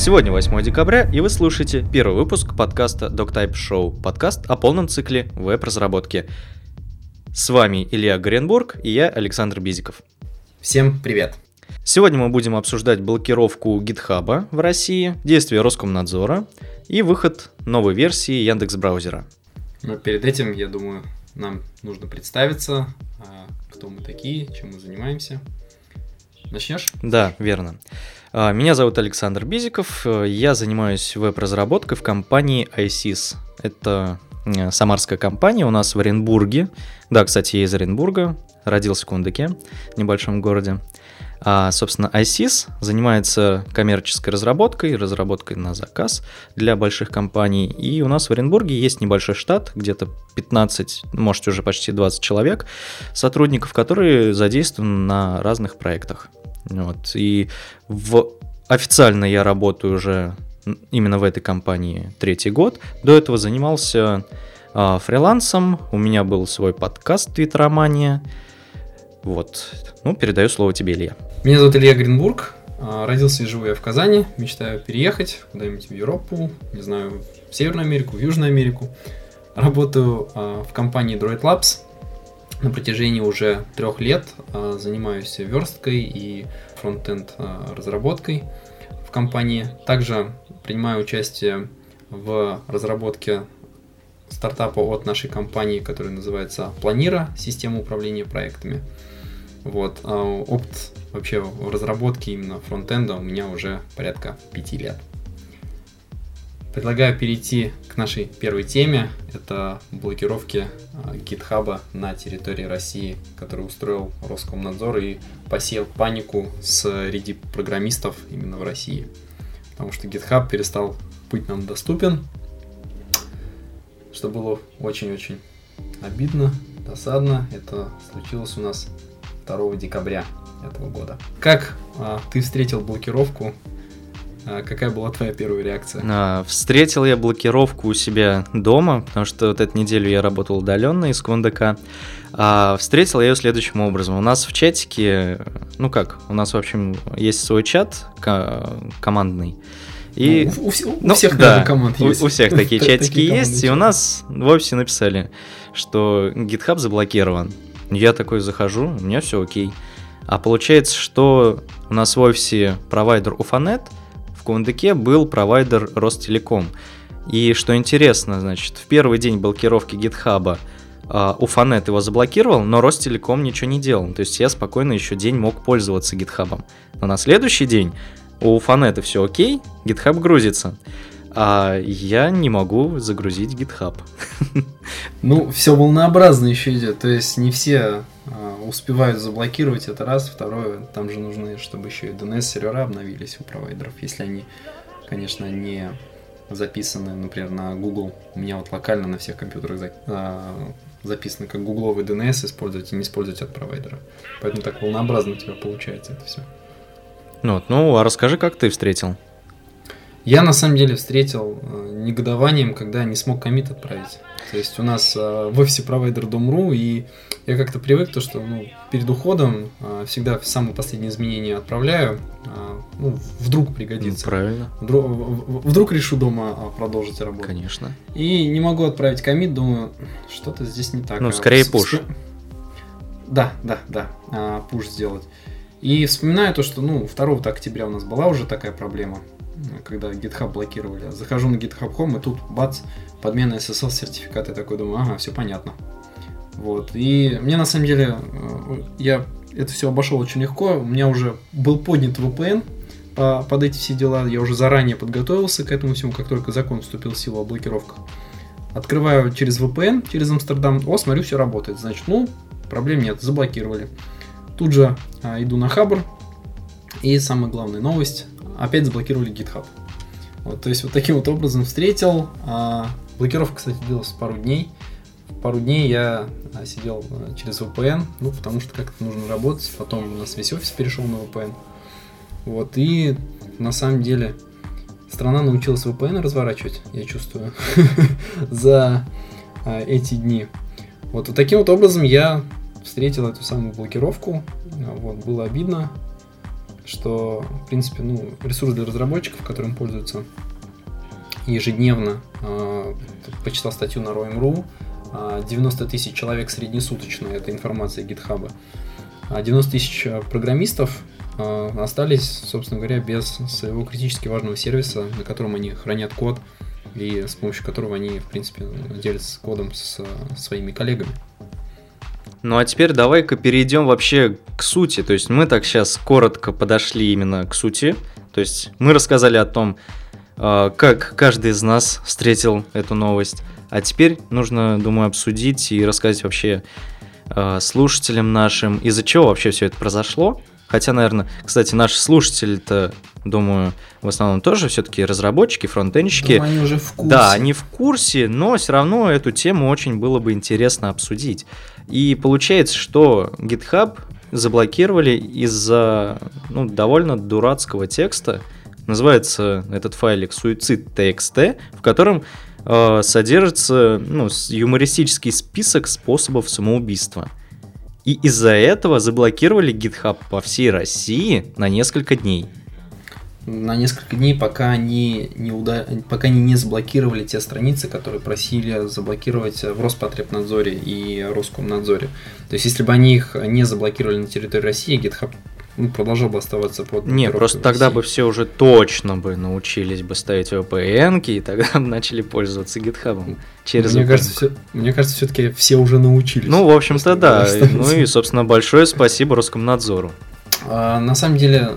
Сегодня 8 декабря, и вы слушаете первый выпуск подкаста DocType Show, подкаст о полном цикле веб-разработки. С вами Илья Горенбург и я, Александр Бизиков. Всем привет! Сегодня мы будем обсуждать блокировку GitHub в России, действия Роскомнадзора и выход новой версии Яндекс.Браузера. Но перед этим, я думаю, нам нужно представиться, кто мы такие, чем мы занимаемся. Начнешь? Да, верно. Меня зовут Александр Бизиков, я занимаюсь веб-разработкой в компании iSys. Это самарская компания у нас в Оренбурге. Да, кстати, я из Оренбурга, родился в Кундыке, небольшом городе. Собственно, iSys занимается коммерческой разработкой на заказ для больших компаний. И у нас в Оренбурге есть небольшой штат, где-то 15, может уже почти 20 человек, сотрудников, которые задействованы на разных проектах. Вот. И официально я работаю уже именно в этой компании 3-й год. До этого занимался фрилансом, у меня был свой подкаст «Твиттеромания». Вот. Передаю слово тебе, Илья. Меня зовут Илья Горенбург, родился и живу я в Казани, мечтаю переехать куда-нибудь в Европу, не знаю, в Северную Америку, в Южную Америку. Работаю в компании Droid Labs. На протяжении уже 3 лет занимаюсь версткой и фронт-энд разработкой в компании. Также принимаю участие в разработке стартапа от нашей компании, который называется Planira, система управления проектами. Вот. Опыт вообще в разработке именно фронт-энда у меня уже порядка 5 лет. Предлагаю перейти к нашей первой теме. Это блокировки GitHub на территории России, который устроил Роскомнадзор и посеял панику среди программистов именно в России. Потому что GitHub перестал быть нам доступен, что было очень-очень обидно, досадно. Это случилось у нас 2 декабря этого года. Как ты встретил блокировку? Какая была твоя первая реакция? Встретил я блокировку у себя дома, потому что вот эту неделю я работал удаленно из Кундыка. Встретил я ее следующим образом. У нас в чатике, у нас, в общем, есть свой чат командный. И, у всех даже команд есть. У всех такие чатики есть, и у нас в офисе написали, что GitHub заблокирован. Я такой захожу, у меня все окей. А получается, что у нас в офисе провайдер Уфанет, в Кундыке был провайдер Ростелеком. И что интересно, значит, в первый день блокировки GitHub Уфанет его заблокировал, но Ростелеком ничего не делал. То есть я спокойно еще день мог пользоваться GitHub. Но на следующий день у Уфанета все окей, GitHub грузится. А я не могу загрузить GitHub. Все волнообразно еще идет. То есть не все успевают заблокировать, это раз. Второе, там же нужно, чтобы еще и DNS-сервера обновились у провайдеров, если они, конечно, не записаны, например, на Google. У меня вот локально на всех компьютерах записано, как гугловый DNS использовать и не использовать от провайдера. Поэтому так волнообразно у тебя получается это все. А расскажи, как ты встретил? Я на самом деле встретил негодованием, когда не смог коммит отправить. То есть у нас в офисе провайдер Dom.ru, и я как-то привык, что перед уходом всегда самые последние изменения отправляю. Вдруг пригодится. Правильно. Вдруг решу дома продолжить работу. Конечно. И не могу отправить коммит, думаю, что-то здесь не так. Скорее пуш. Да, пуш сделать. И вспоминаю то, что 2 октября у нас была уже такая проблема, когда GitHub блокировали. Захожу на GitHub Home, и тут бац, подмена SSL-сертификата. Я такой думаю, все понятно. Вот. И мне на самом деле, я это все обошел очень легко. У меня уже был поднят VPN под эти все дела. Я уже заранее подготовился к этому всему, как только закон вступил в силу о блокировках. Открываю через VPN, через Амстердам. Смотрю, все работает. Значит, проблем нет, заблокировали. Тут же иду на Хабр. И самая главная новость. Опять заблокировали GitHub. То есть таким образом встретил. Блокировка, кстати, длилась пару дней. Пару дней я сидел через VPN, потому что как-то нужно работать. Потом у нас весь офис перешел на VPN. И на самом деле страна научилась VPN разворачивать, я чувствую, за эти дни. Таким образом я встретил эту самую блокировку. Было обидно. что, в принципе, ресурс для разработчиков, которым пользуются ежедневно, почитал статью на Roam.ru, 90 тысяч человек среднесуточно, это информация GitHub, 90 тысяч программистов остались, собственно говоря, без своего критически важного сервиса, на котором они хранят код и с помощью которого они, в принципе, делятся кодом со своими коллегами. Ну а теперь давай-ка перейдем вообще к сути. То есть мы так сейчас коротко подошли именно к сути. То есть мы рассказали о том, как каждый из нас встретил эту новость. А теперь нужно, думаю, обсудить и рассказать вообще слушателям нашим, из-за чего вообще все это произошло. Хотя, наверное, кстати, наши слушатели-то, думаю, в основном тоже все-таки разработчики, фронтенщики. Думаю, они уже в курсе. Да, они в курсе, но все равно эту тему очень было бы интересно обсудить. И получается, что GitHub заблокировали из-за довольно дурацкого текста. Называется этот файлик suicide.txt, в котором содержится юмористический список способов самоубийства. И из-за этого заблокировали GitHub по всей России на несколько дней. На несколько дней, пока они не заблокировали те страницы, которые просили заблокировать в Роспотребнадзоре и Роскомнадзоре. То есть, если бы они их не заблокировали на территории России, GitHub продолжал бы оставаться под блокировкой. Не, просто тогда бы все уже точно бы научились бы ставить VPN-ки, и тогда начали пользоваться GitHub через VPN. Мне кажется, все-таки все уже научились. В общем-то, да. И, собственно, большое спасибо Роскомнадзору. На самом деле,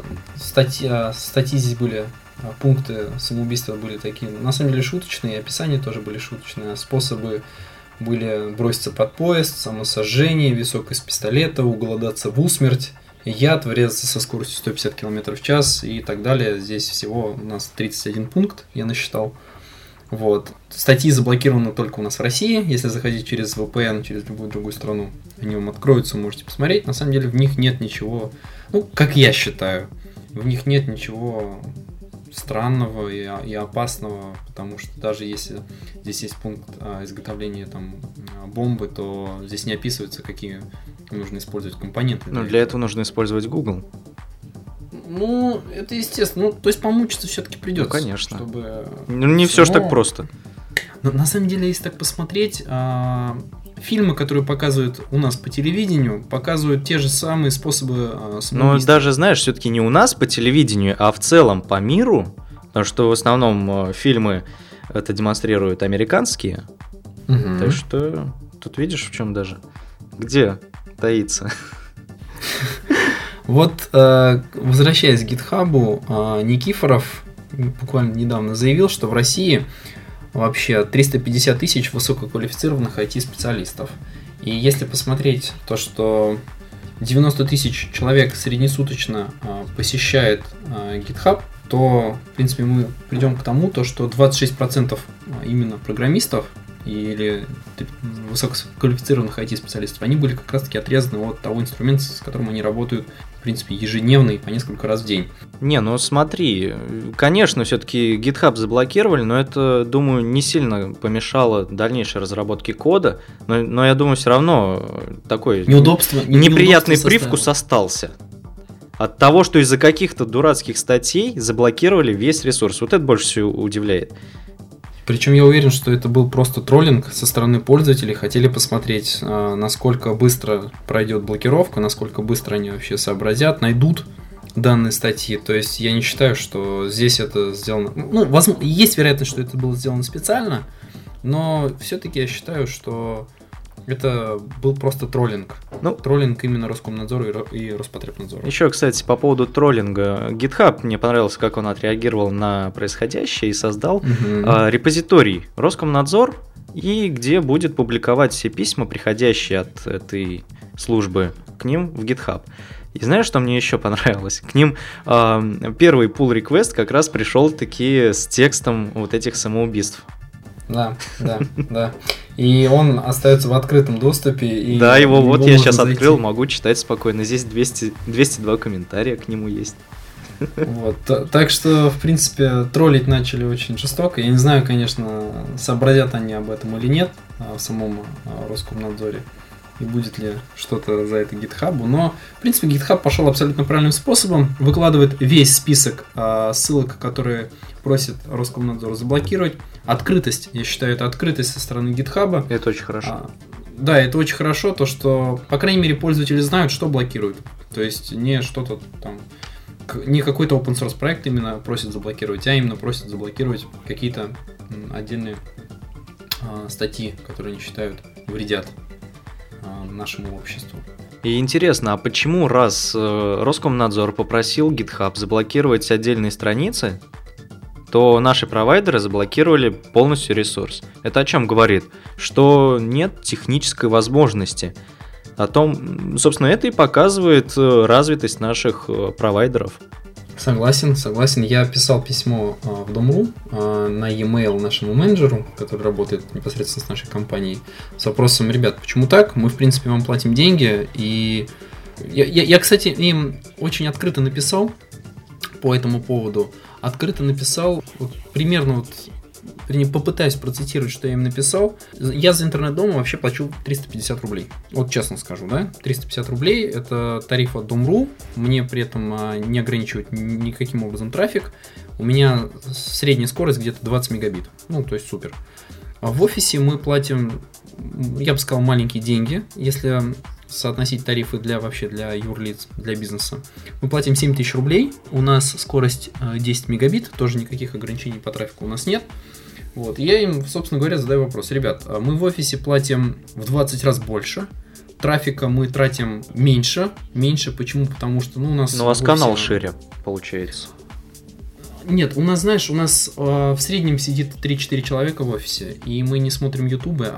статьи здесь были, пункты самоубийства были такие, на самом деле, шуточные, описания тоже были шуточные, способы были броситься под поезд, самосожжение, висок из пистолета, уголодаться в усмерть, яд, врезаться со скоростью 150 км в час и так далее. Здесь всего у нас 31 пункт, я насчитал. Вот. Статьи заблокированы только у нас в России. Если заходить через VPN, через любую другую страну, они вам откроются, можете посмотреть. На самом деле в них нет ничего, как я считаю, в них нет ничего странного и опасного, потому что даже если здесь есть пункт изготовления бомбы, то здесь не описывается, какие нужно использовать компоненты. Для этого нужно использовать Google. Это естественно. То есть помучиться все-таки придется. Конечно. Чтобы... не все ж так просто. Но на самом деле, если так посмотреть, фильмы, которые показывают у нас по телевидению, показывают те же самые способы самоубийства. Но даже, знаешь, все-таки не у нас по телевидению, а в целом по миру, потому что в основном фильмы это демонстрируют американские. Угу. Так что тут видишь, в чем даже. Где таится. Вот, возвращаясь к GitHub, Никифоров буквально недавно заявил, что в России вообще 350 тысяч высококвалифицированных IT-специалистов. И если посмотреть то, что 90 тысяч человек среднесуточно посещает GitHub, то, в принципе, мы придем к тому, что 26% именно программистов или высококвалифицированных IT-специалистов, они были как раз-таки отрезаны от того инструмента, с которым они работают, в принципе, ежедневно и по несколько раз в день. Смотри, конечно, все-таки GitHub заблокировали, но это, думаю, не сильно помешало дальнейшей разработке кода, но я думаю, все равно такой неприятный привкус остался. От того, что из-за каких-то дурацких статей заблокировали весь ресурс. Вот это больше всего удивляет. Причем я уверен, что это был просто троллинг со стороны пользователей. Хотели посмотреть, насколько быстро пройдет блокировка, насколько быстро они вообще сообразят, найдут данные статьи. То есть я не считаю, что здесь это сделано... возможно, есть вероятность, что это было сделано специально, но все-таки я считаю, что это был просто троллинг. Троллинг именно Роскомнадзора и Роспотребнадзора. Еще, кстати, по поводу троллинга. GitHub, мне понравилось, как он отреагировал на происходящее и создал репозиторий Роскомнадзор, и где будет публиковать все письма, приходящие от этой службы к ним в GitHub. И знаешь, что мне еще понравилось? К ним первый pull request как раз пришел таки с текстом вот этих самоубийств. Да. И он остается в открытом доступе. И да, его я сейчас открыл, могу читать спокойно. Здесь 202 комментария к нему есть. Вот. Так что, в принципе, троллить начали очень жестоко. Я не знаю, конечно, сообразят они об этом или нет в самом Роскомнадзоре. и будет ли что-то за это GitHub. Но, в принципе, GitHub пошел абсолютно правильным способом. Выкладывает весь список ссылок, которые просит Роскомнадзор заблокировать. Открытость, я считаю, это открытость со стороны GitHub. Это очень хорошо. Да, это очень хорошо, то что, по крайней мере, пользователи знают, что блокируют. То есть не что-то там, не какой-то open source проект именно просит заблокировать, а именно просит заблокировать какие-то отдельные статьи, которые они считают вредят нашему обществу. И интересно, а почему раз Роскомнадзор попросил GitHub заблокировать отдельные страницы, то наши провайдеры заблокировали полностью ресурс? Это о чем говорит? Что нет технической возможности. О том, собственно, это и показывает развитость наших провайдеров. Согласен. Я писал письмо в Дом.ру на e-mail нашему менеджеру, который работает непосредственно с нашей компанией, с вопросом: ребят, почему так? Мы, в принципе, вам платим деньги. И я, кстати, им очень открыто написал по этому поводу. Открыто написал, примерно попытаюсь процитировать, что я им написал. Я за интернет-дом вообще плачу 350 рублей. Вот честно скажу, да? 350 рублей – это тариф от Дом.ру. Мне при этом не ограничивают никаким образом трафик. У меня средняя скорость где-то 20 мегабит. Ну, то есть супер. А в офисе мы платим, я бы сказал, маленькие деньги. Если соотносить тарифы для юрлиц, для бизнеса. Мы платим 7000 рублей. У нас скорость 10 мегабит. Тоже никаких ограничений по трафику у нас нет. Вот. Я им, собственно говоря, задаю вопрос: ребят, мы в офисе платим в 20 раз больше, трафика мы тратим меньше. Почему? Потому что у нас... Но у вас канал шире, получается. Нет, у нас в среднем сидит 3-4 человека в офисе, и мы не смотрим ютубы,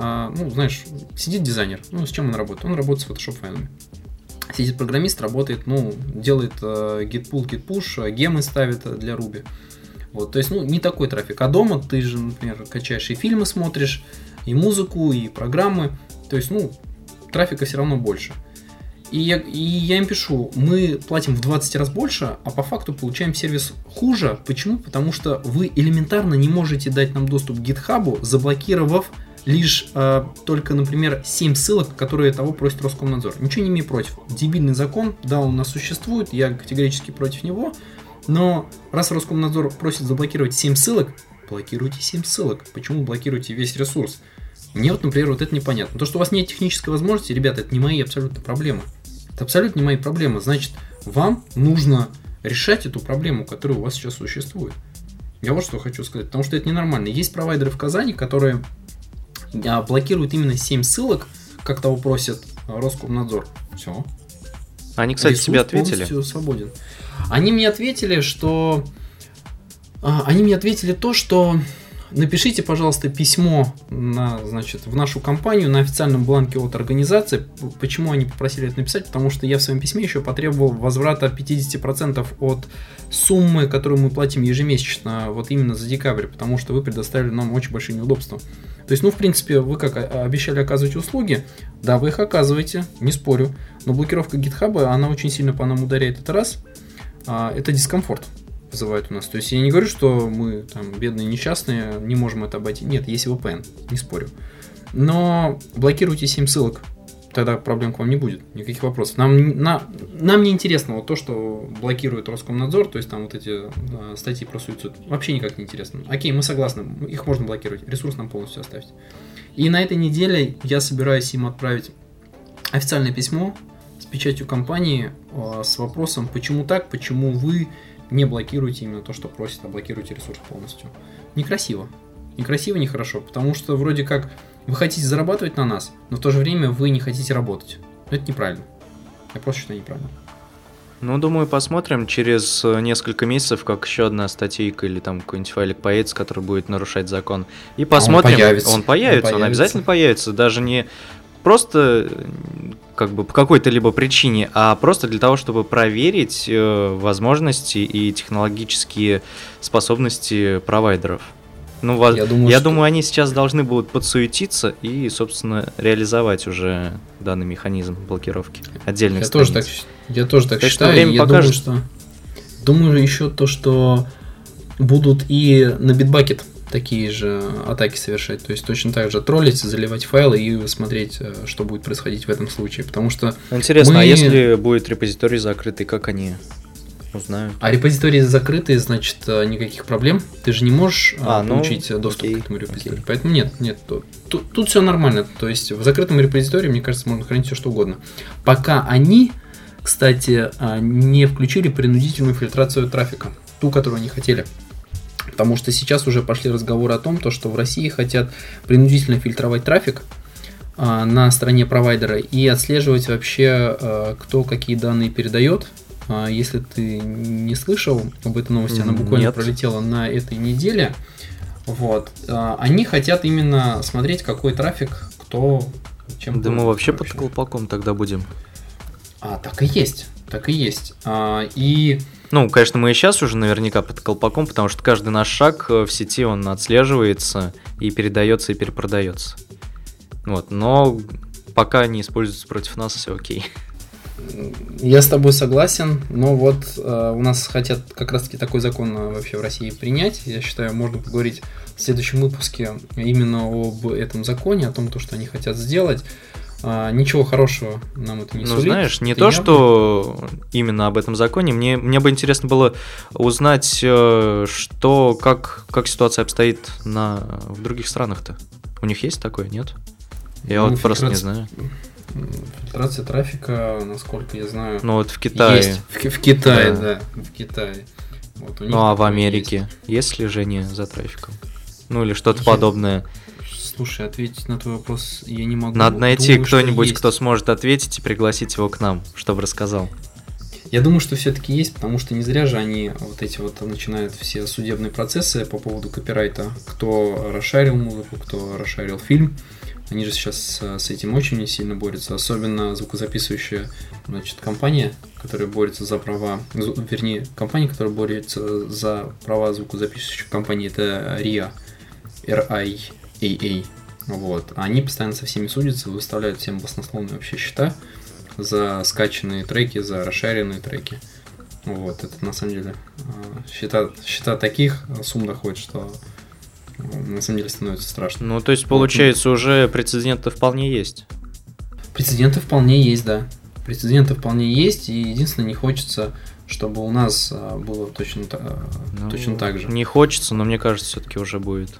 сидит дизайнер. С чем он работает? Он работает с Photoshop файлами. Сидит программист, работает, делает git pull, git push, гемы ставит для Ruby. Вот, то есть, не такой трафик. А дома ты же, например, качаешь и фильмы смотришь, и музыку, и программы. То есть, трафика все равно больше. И я им пишу: мы платим в 20 раз больше, а по факту получаем сервис хуже. Почему? Потому что вы элементарно не можете дать нам доступ к GitHub, заблокировав лишь только, например, 7 ссылок, которые того просит Роскомнадзор. Ничего не имею против. Дебильный закон, да, он у нас существует, я категорически против него. Но раз Роскомнадзор просит заблокировать 7 ссылок, блокируйте 7 ссылок. Почему блокируете весь ресурс? Мне например, это непонятно. То, что у вас нет технической возможности, ребята, это не мои абсолютно проблемы. Это абсолютно не мои проблемы. Значит, вам нужно решать эту проблему, которая у вас сейчас существует. Я вот что хочу сказать. Потому что это ненормально. Есть провайдеры в Казани, которые блокируют именно 7 ссылок, как того просит Роскомнадзор. Все. Они, кстати, ресурс тебе ответили? Полностью свободен. Они мне ответили, то, что напишите, пожалуйста, письмо в нашу компанию на официальном бланке от организации. Почему они попросили это написать? Потому что я в своем письме еще потребовал возврата 50% от суммы, которую мы платим ежемесячно, вот именно за декабрь, потому что вы предоставили нам очень большие неудобства. То есть, в принципе, вы как обещали оказывать услуги, да, вы их оказываете, не спорю, но блокировка GitHub, она очень сильно по нам ударяет, это раз, это дискомфорт вызывает у нас. То есть, я не говорю, что мы там бедные, несчастные, не можем это обойти. Нет, есть VPN, не спорю. Но блокируйте 7 ссылок, тогда проблем к вам не будет, никаких вопросов. Нам не интересно то, что блокирует Роскомнадзор, то есть там вот эти статьи про суицид, вообще никак не интересно. Окей, мы согласны, их можно блокировать, ресурс нам полностью оставить. И на этой неделе я собираюсь им отправить официальное письмо с печатью компании с вопросом: почему так, почему вы не блокируете именно то, что просит, а блокируете ресурс полностью. Некрасиво, нехорошо, потому что вроде как вы хотите зарабатывать на нас, но в то же время вы не хотите работать. Но это неправильно. Я просто считаю неправильно. Думаю, посмотрим через несколько месяцев, как еще одна статейка или там какой-нибудь файлик появится, который будет нарушать закон. И посмотрим. Он появится, он обязательно появится. Даже не просто как бы по какой-то либо причине, а просто для того, чтобы проверить возможности и технологические способности провайдеров. Я думаю, они сейчас должны будут подсуетиться и, собственно, реализовать уже данный механизм блокировки отдельных страниц. Я тоже так считаю. Время покажет. Думаю еще то, что будут и на Bitbucket такие же атаки совершать. То есть точно так же троллить, заливать файлы и смотреть, что будет происходить в этом случае. Потому что интересно, а если будет репозиторий закрытый, как они узнают? А репозитории закрытые, значит, никаких проблем. Ты же не можешь получить доступ к этому репозиторию. Поэтому нет. Тут все нормально. То есть в закрытом репозитории, мне кажется, можно хранить все что угодно. Пока они, кстати, не включили принудительную фильтрацию трафика. Ту, которую они хотели. Потому что сейчас уже пошли разговоры о том, что в России хотят принудительно фильтровать трафик на стороне провайдера и отслеживать вообще, кто какие данные передает. Если ты не слышал об этой новости, она буквально пролетела на этой неделе. Вот. Они хотят именно смотреть, какой трафик, кто чем. Да мы вообще под колпаком тогда будем. Так и есть. Так и есть. Ну, конечно, мы и сейчас уже наверняка под колпаком, потому что каждый наш шаг в сети, он отслеживается и передается, и перепродается. Вот. Но пока не используется против нас, все окей. Я с тобой согласен, но вот у нас хотят как раз-таки такой закон вообще в России принять. Я считаю, можно поговорить в следующем выпуске именно об этом законе, о том, что они хотят сделать. Ничего хорошего нам это не сулит. Ну, знаешь, не то, что именно об этом законе. Мне бы интересно было узнать, как ситуация обстоит в других странах-то. У них есть такое, нет? Я вот просто не знаю. Фильтрация трафика, насколько я знаю. Ну вот в Китае. Есть. В Китае, да. В Китае. Вот, а в Америке есть слежение за трафиком? Ну или что-то подобное? Слушай, ответить на твой вопрос я не могу. Надо найти кто-нибудь, кто сможет ответить, и пригласить его к нам, чтобы рассказал. Я думаю, что все-таки есть, потому что не зря же они начинают все судебные процессы по поводу копирайта. Кто расшарил музыку, кто расшарил фильм. Они же сейчас с этим очень сильно борются, особенно звукозаписывающая, компания, которая борется за права, компания, которая борется за права звукозаписывающих компаний, это RIAA. RIAA. Вот. Они постоянно со всеми судятся, выставляют всем баснословные вообще счета за скачанные треки, за расшаренные треки. Вот. Это на самом деле счета таких сумм доходят, что на самом деле становится страшно. Ну, то есть, получается, уже прецеденты вполне есть. Прецеденты вполне есть, да. Прецеденты вполне есть, и единственное, не хочется, чтобы у нас было точно так же. Не хочется, но мне кажется, все-таки уже будет.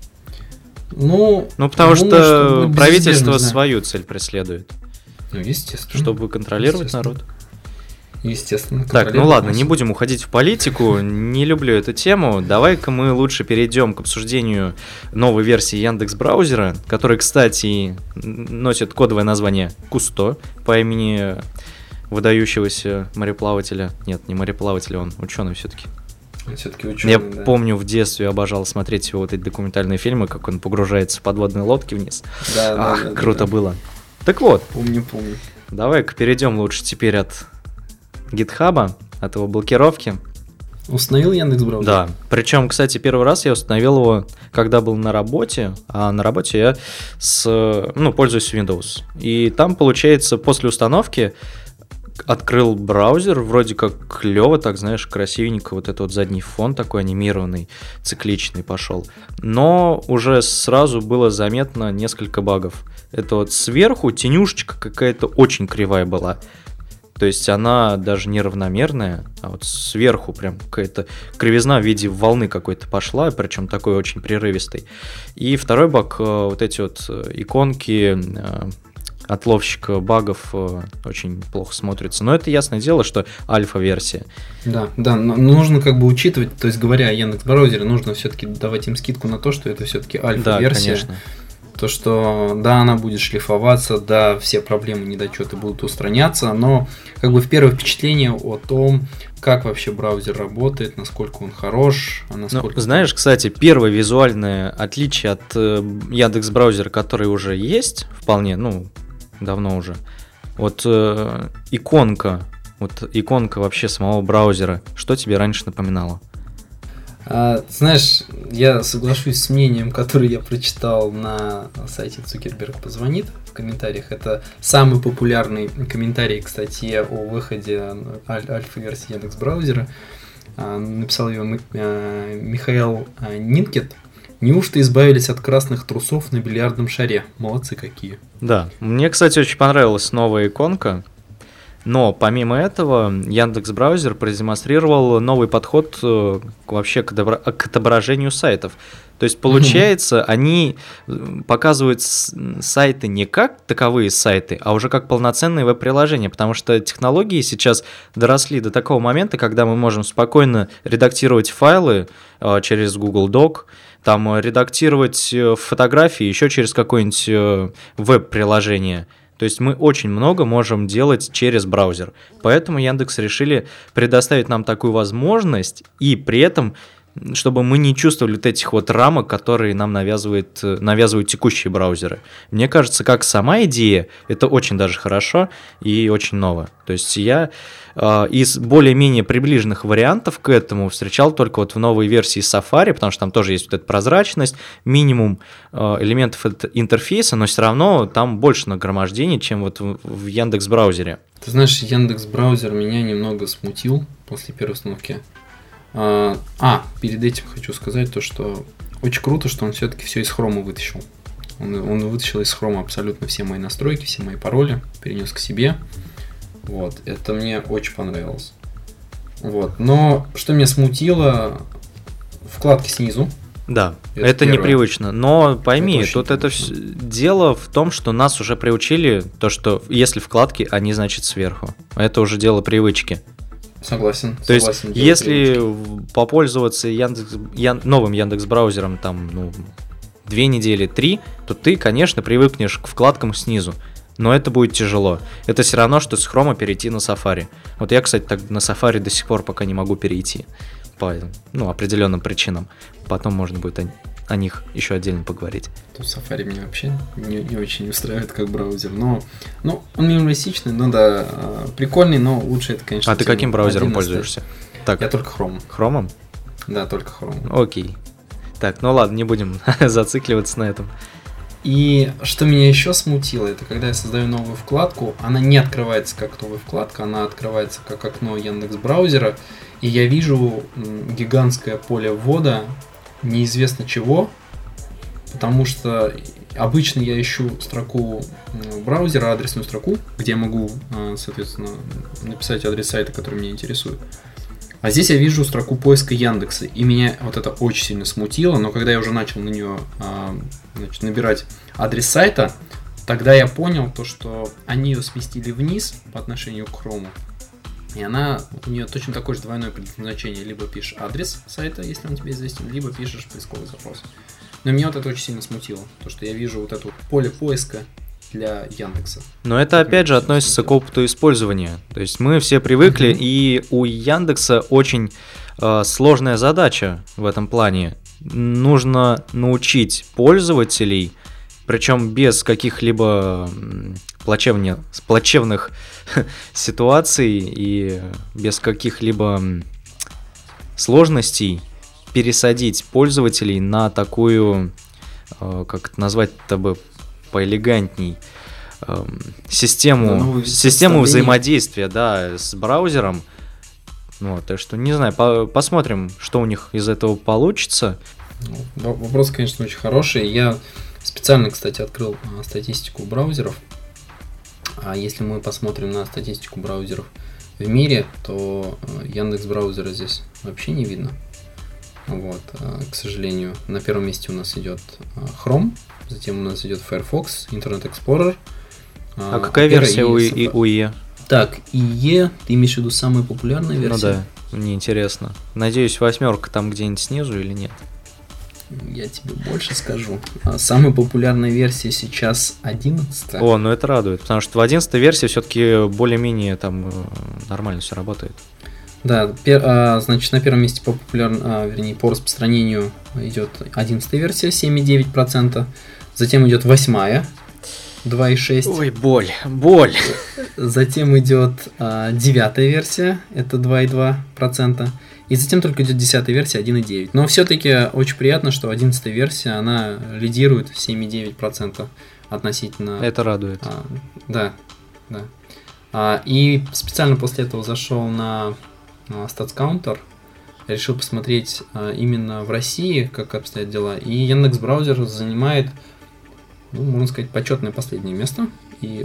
Потому что правительство свою цель преследует. Ну, естественно. Чтобы контролировать народ. Естественно. Так, ну ладно, не будем уходить в политику, не люблю эту тему. Давай-ка мы лучше перейдем к обсуждению новой версии Яндекс.Браузера, который, кстати, носит кодовое название Кусто по имени выдающегося мореплавателя. Нет, не мореплавателя, он ученый все-таки. Все-таки ученый, Я помню, в детстве обожал смотреть его вот эти документальные фильмы, как он погружается в подводные лодки вниз. Да, круто было. Так вот. Помню. Давай-ка перейдем лучше теперь от гитхаба, от его блокировки. Установил Яндекс.Браузер? Да. Причем, кстати, первый раз я установил его, когда был на работе, а на работе я пользуюсь Windows. И там, получается, после установки открыл браузер, вроде как клево, так, знаешь, красивенько, вот этот задний фон такой анимированный, цикличный пошел. Но уже сразу было заметно несколько багов. Это сверху тенюшечка какая-то очень кривая была. То есть она даже не равномерная, а сверху прям какая-то кривизна в виде волны какой-то пошла, причем такой очень прерывистой. И второй баг, эти иконки отловщика багов очень плохо смотрятся. Но это ясное дело, что альфа-версия. Да, нужно учитывать, то есть говоря о Яндекс.Браузере, нужно все-таки давать им скидку на то, что это все-таки альфа-версия. Да, конечно. То, что да, она будет шлифоваться, да, все проблемы, недочеты будут устраняться, но первое впечатление о том, как вообще браузер работает, насколько он хорош, насколько... Знаешь, кстати, первое визуальное отличие от Яндекс.Браузера, который уже есть, вполне, давно уже, иконка вообще самого браузера, что тебе раньше напоминало? Знаешь, я соглашусь с мнением, которое я прочитал на сайте Цукерберг позвонит в комментариях. Это самый популярный комментарий к статье о выходе альфа-версии Яндекс.Браузера. Написал ее Михаил Неужто избавились от красных трусов на бильярдном шаре? Молодцы какие. Да, мне, кстати, очень понравилась новая иконка. Но помимо этого Яндекс.Браузер продемонстрировал новый подход вообще к отображению сайтов. То есть, получается, они показывают сайты не как таковые сайты, а уже как полноценные веб-приложения, потому что технологии сейчас доросли до такого момента, когда мы можем спокойно редактировать файлы через Google Doc, там редактировать фотографии еще через какое-нибудь веб-приложение. То есть мы очень много можем делать через браузер. Поэтому Яндекс решили предоставить нам такую возможность, и при этом, чтобы мы не чувствовали вот этих вот рамок, которые нам навязывают текущие браузеры. Мне кажется, как сама идея, это очень даже хорошо и очень ново. То есть я из более-менее приближенных вариантов к этому встречал только вот в новой версии Safari, потому что там тоже есть вот эта прозрачность, минимум элементов интерфейса, но все равно там больше нагромождений, чем вот в Яндекс.Браузере. Ты знаешь, Яндекс.Браузер меня немного смутил после первой установки. Перед этим хочу сказать то, что очень круто, что он все-таки все из хрома вытащил. Он вытащил из хрома абсолютно все мои настройки, все мои пароли, перенес к себе. Вот, это мне очень понравилось. Вот, но что меня смутило, вкладки снизу. Да, это непривычно, но пойми, тут это дело в том, что нас уже приучили, то, что если вкладки, они значит сверху. Это уже дело привычки. Согласен. То есть, если попользоваться новым Яндекс.Браузером там, 2 недели, 3, то ты, конечно, привыкнешь к вкладкам снизу. Но это будет тяжело. Это все равно, что с хрома перейти на Safari. Вот я, кстати, так на Safari до сих пор пока не могу перейти. По определенным причинам. Потом можно будет о них еще отдельно поговорить. Тут Safari меня вообще не очень устраивает как браузер. Но он минималистичный, да, прикольный, но лучше это, конечно... А ты каким браузером пользуешься? Так. Я только Chrome. Chrome? Да, только Chrome. Окей. Так, ладно, не будем зацикливаться на этом. И что меня еще смутило, это когда я создаю новую вкладку, она не открывается как новая вкладка, она открывается как окно Яндекс.Браузера, и я вижу гигантское поле ввода неизвестно чего, потому что обычно я ищу строку браузера, адресную строку, где я могу, соответственно, написать адрес сайта, который меня интересует. А здесь я вижу строку поиска Яндекса, и меня вот это очень сильно смутило, но когда я уже начал на нее набирать адрес сайта, тогда я понял то, что они ее сместили вниз по отношению к Chrome, и у нее точно такое же двойное предназначение, либо пишешь адрес сайта, если он тебе известен, либо пишешь поисковый запрос. Но меня вот это очень сильно смутило, то, что я вижу вот это поле поиска для Яндекса. Но это опять же относится к опыту использования. То есть мы все привыкли, и у Яндекса очень сложная задача в этом плане. Нужно научить пользователей, причем без каких-либо плачевных ситуаций и без каких-либо сложностей, пересадить пользователей на такую, как это назвать-то бы поэлегантней, систему взаимодействия, да, с браузером. Так что не знаю, посмотрим, что у них из этого получится. Вопрос, конечно, очень хороший. Я специально, кстати, открыл статистику браузеров. А если мы посмотрим на статистику браузеров в мире, то Яндекс.Браузера здесь вообще не видно. К сожалению, на первом месте у нас идет Chrome, затем у нас идет Firefox, Internet Explorer. А какая версия у IE? Так, IE, ты имеешь в виду самая популярная версия? Да, мне интересно. Надеюсь, 8 там где-нибудь снизу или нет? Я тебе больше скажу. Самая популярная версия сейчас 11. Это радует, потому что в 11 версии все-таки более-менее там нормально все работает. Да, значит, на первом месте по распространению идет 11 версия, 7,9%. Затем идет 8-я, 2,6%. Ой, боль. Затем идет 9-я версия, это 2,2%. И затем только идет 10-я версия, 1,9%. Но все-таки очень приятно, что 11-я версия, она лидирует 7,9% относительно... Это радует. Да. И специально после этого зашел на StatsCounter, решил посмотреть именно в России, как обстоят дела. И Яндекс.Браузер занимает, можно сказать, почетное последнее место. И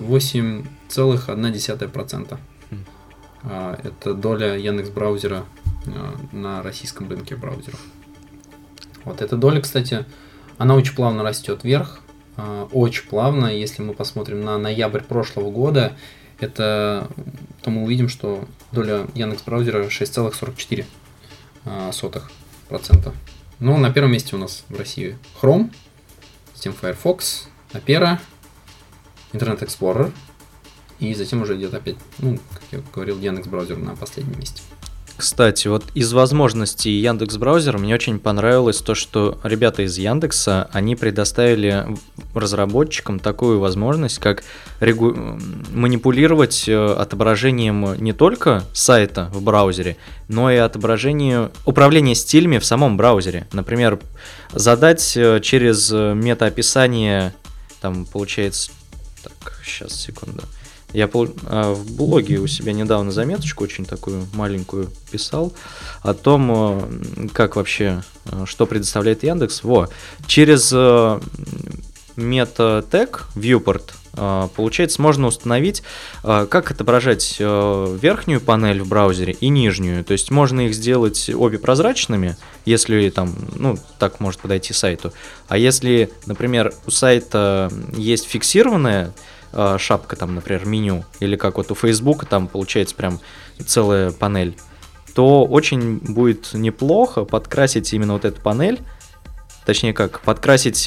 8,1%. Это доля Яндекс.Браузера на российском рынке браузеров. Вот эта доля, кстати, она очень плавно растет вверх. Очень плавно. Если мы посмотрим на ноябрь прошлого года, то мы увидим, что доля Яндекс.Браузера 6,44%. Но на первом месте у нас в России Chrome, затем Firefox, Opera, Internet Explorer, и затем уже идет опять, как я говорил, Яндекс.Браузер на последнем месте. Кстати, вот из возможностей Яндекс.Браузера мне очень понравилось то, что ребята из Яндекса, они предоставили разработчикам такую возможность, как манипулировать отображением не только сайта в браузере, но и отображение управления стилями в самом браузере. Например, задать через метаописание, там получается... Так, сейчас, секунду. Я в блоге у себя недавно заметочку очень такую маленькую писал о том, как вообще, что предоставляет Яндекс. Через мета-тег, viewport, получается, можно установить, как отображать верхнюю панель в браузере и нижнюю. То есть можно их сделать обе прозрачными, если там, так может подойти сайту. А если, например, у сайта есть фиксированная шапка, там, например, меню, или как вот у Facebook, там получается прям целая панель, то очень будет неплохо подкрасить именно вот эту панель, точнее как, подкрасить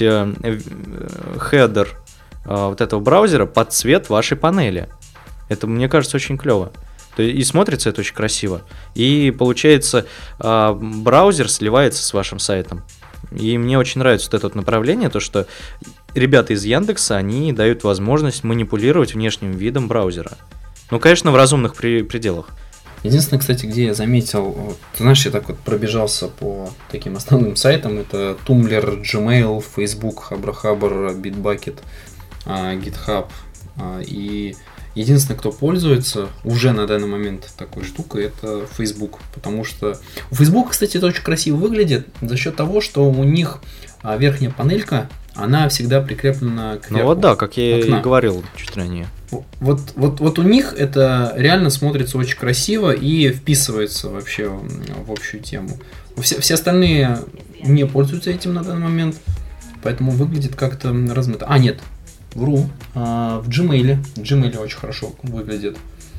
хедер вот этого браузера под цвет вашей панели. Это, мне кажется, очень клево. И смотрится это очень красиво. И получается, браузер сливается с вашим сайтом. И мне очень нравится вот это вот направление, то что ребята из Яндекса, они дают возможность манипулировать внешним видом браузера. Конечно, в разумных пределах. Единственное, кстати, где я заметил, ты знаешь, я так вот пробежался по таким основным сайтам, это Tumblr, Gmail, Facebook, Abrahabr, Bitbucket, GitHub. И единственное, кто пользуется уже на данный момент такой штукой, это Facebook. Потому что у Facebook, кстати, это очень красиво выглядит за счет того, что у них верхняя панелька, она всегда прикреплена к верху. Как я и говорил чуть ранее. Вот у них это реально смотрится очень красиво и вписывается вообще в общую тему. Все остальные не пользуются этим на данный момент, поэтому выглядит как-то размыто. Нет, вру. В Gmail очень хорошо выглядит.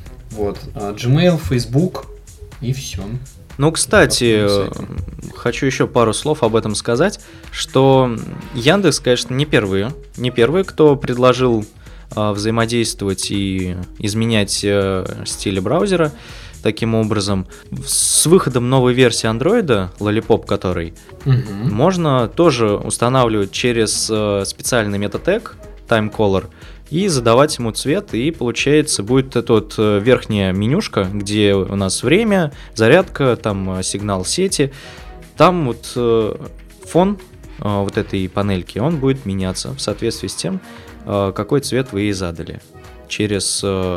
Gmail, Facebook и все. Кстати, хочу еще пару слов об этом сказать, что Яндекс, конечно, не первые, кто предложил взаимодействовать и изменять стили браузера таким образом. С выходом новой версии Android, Lollipop который, можно тоже устанавливать через специальный метатег TimeColor и задавать ему цвет, и получается будет эта вот верхняя менюшка, где у нас время, зарядка, там сигнал сети, там вот фон вот этой панельки, он будет меняться в соответствии с тем, какой цвет вы ей задали через,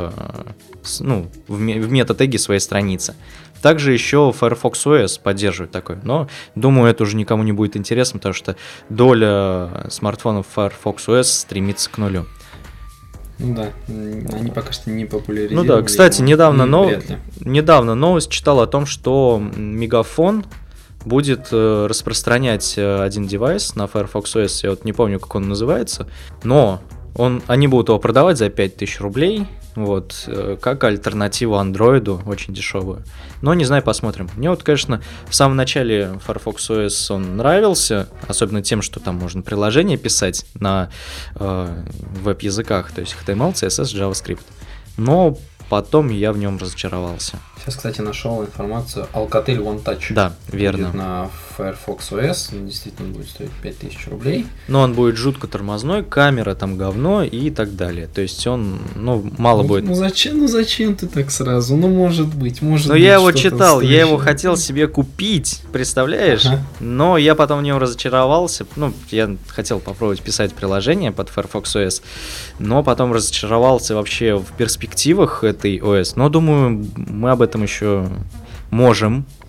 в метатеге своей страницы. Также еще Firefox OS поддерживает такое, но думаю, это уже никому не будет интересно, потому что доля смартфонов Firefox OS стремится к нулю. Да, они пока что не популяризировали. Кстати, недавно новость читал о том, что Мегафон будет распространять один девайс на Firefox OS, я не помню, как он называется, но они будут его продавать за 5000 рублей, как альтернативу Андроиду, очень дешевую. Но не знаю, посмотрим. Мне конечно, в самом начале Firefox OS он нравился, особенно тем, что там можно приложение писать на веб-языках, то есть HTML, CSS, JavaScript. Но потом я в нем разочаровался. Сейчас, кстати, нашел информацию. Alcatel One Touch. Да, верно. Будет на Firefox OS, он действительно будет стоить 5000 рублей. Но он будет жутко тормозной, камера там говно и так далее. То есть он, мало будет. Зачем ты так сразу? Может быть. Но я его читал, я его хотел себе купить, представляешь? Ага. Но я потом в нем разочаровался. Я хотел попробовать писать приложение под Firefox OS, но потом разочаровался вообще в перспективах этой OS. Но думаю, мы об этом еще можем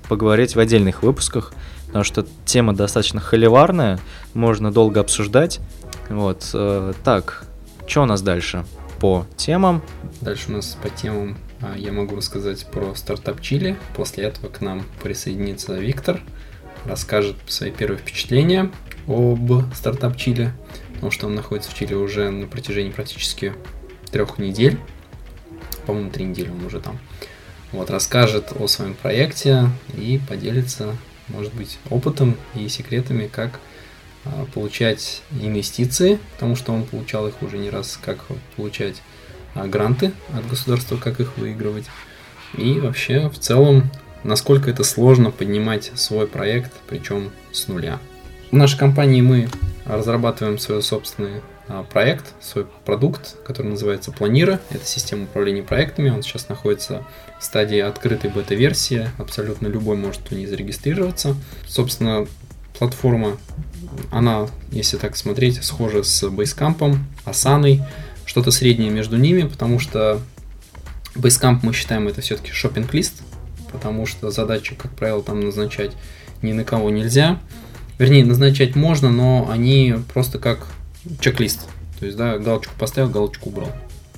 поговорить в отдельных выпусках, потому что тема достаточно холиварная, можно долго обсуждать. Вот, так, что у нас дальше по темам? Дальше у нас по темам я могу рассказать про стартап Чили. После этого к нам присоединится Виктор, расскажет свои первые впечатления об стартап Чили, потому что он находится в Чили уже на протяжении практически 3 недель. По-моему, 3 недели он уже там. Вот, расскажет о своем проекте и поделится, может быть, опытом и секретами, как получать инвестиции, потому что он получал их уже не раз, как получать гранты от государства, как их выигрывать. И вообще, в целом, насколько это сложно поднимать свой проект, причем с нуля. В нашей компании мы разрабатываем свой собственный проект, свой продукт, который называется Планира. Это система управления проектами. Он сейчас находится в стадии открытой бета-версии. Абсолютно любой может в ней зарегистрироваться. Собственно, платформа, она, если так смотреть, схожа с Basecamp, Asana, что-то среднее между ними, потому что Basecamp, мы считаем, это все-таки шоппинг-лист, потому что задачи, как правило, там назначать ни на кого нельзя. Вернее, назначать можно, но они просто как чек-лист. То есть, да, галочку поставил, галочку убрал.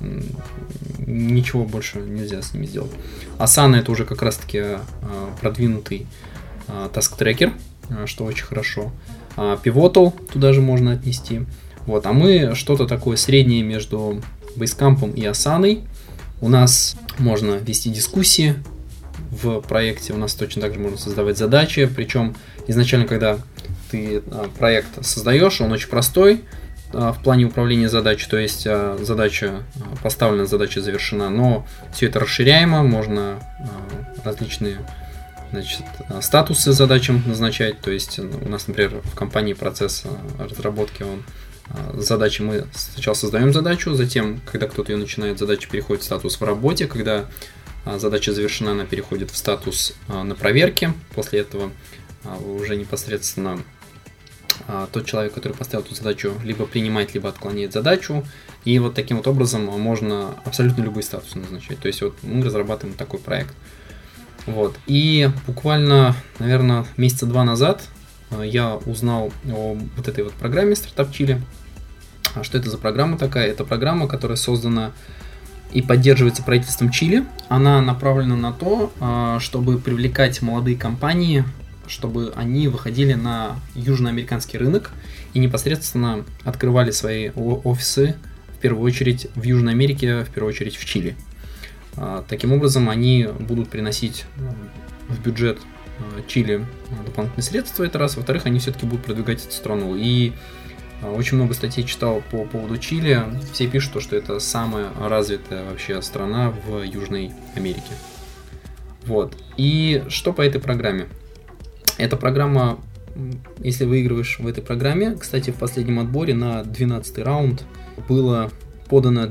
Ничего больше нельзя с ними сделать. Asana это уже как раз-таки продвинутый таск-трекер, что очень хорошо. Pivotal туда же можно отнести. Вот. А мы что-то такое среднее между Basecamp и Asana. У нас можно вести дискуссии в проекте, у нас точно так же можно создавать задачи. Причем изначально, когда ты проект создаешь, он очень простой в плане управления задачей, то есть задача поставлена, задача завершена, но все это расширяемо, можно различные, значит, статусы задачам назначать, то есть у нас, например, в компании процесс разработки, задачи мы сначала создаем задачу, затем, когда кто-то ее начинает, задача переходит в статус в работе, когда задача завершена, она переходит в статус на проверке, после этого уже непосредственно тот человек, который поставил эту задачу, либо принимает, либо отклоняет задачу. И вот таким вот образом можно абсолютно любые статусы назначать. То есть вот мы разрабатываем такой проект. Вот. И буквально, наверное, месяца 2 назад я узнал о вот этой вот программе Startup Chili. Что это за программа такая? Это программа, которая создана и поддерживается правительством Чили. Она направлена на то, чтобы привлекать молодые компании, чтобы они выходили на южноамериканский рынок и непосредственно открывали свои офисы, в первую очередь в Южной Америке, в первую очередь в Чили. Таким образом, они будут приносить в бюджет Чили дополнительные средства, это раз. Во-вторых, они все-таки будут продвигать эту страну. И очень много статей читал по поводу Чили. Все пишут, что это самая развитая вообще страна в Южной Америке. Вот. И что по этой программе? Эта программа, если выигрываешь в этой программе, кстати, в последнем отборе на 12-й раунд было подано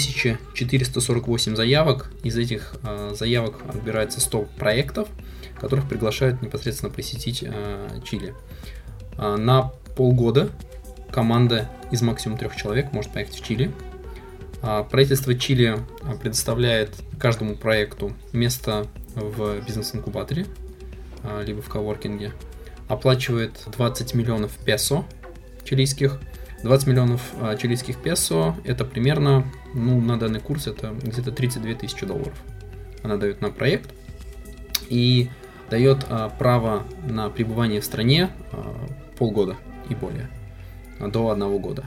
2448 заявок. Из этих заявок отбирается 100 проектов, которых приглашают непосредственно посетить Чили. На полгода команда из максимум 3 человек может поехать в Чили. Правительство Чили предоставляет каждому проекту место в бизнес-инкубаторе, либо в коворкинге, оплачивает 20 миллионов песо чилийских. 20 миллионов чилийских песо это примерно, на данный курс это где-то 32 тысячи долларов. Она дает на проект и дает право на пребывание в стране полгода и более, до 1 года.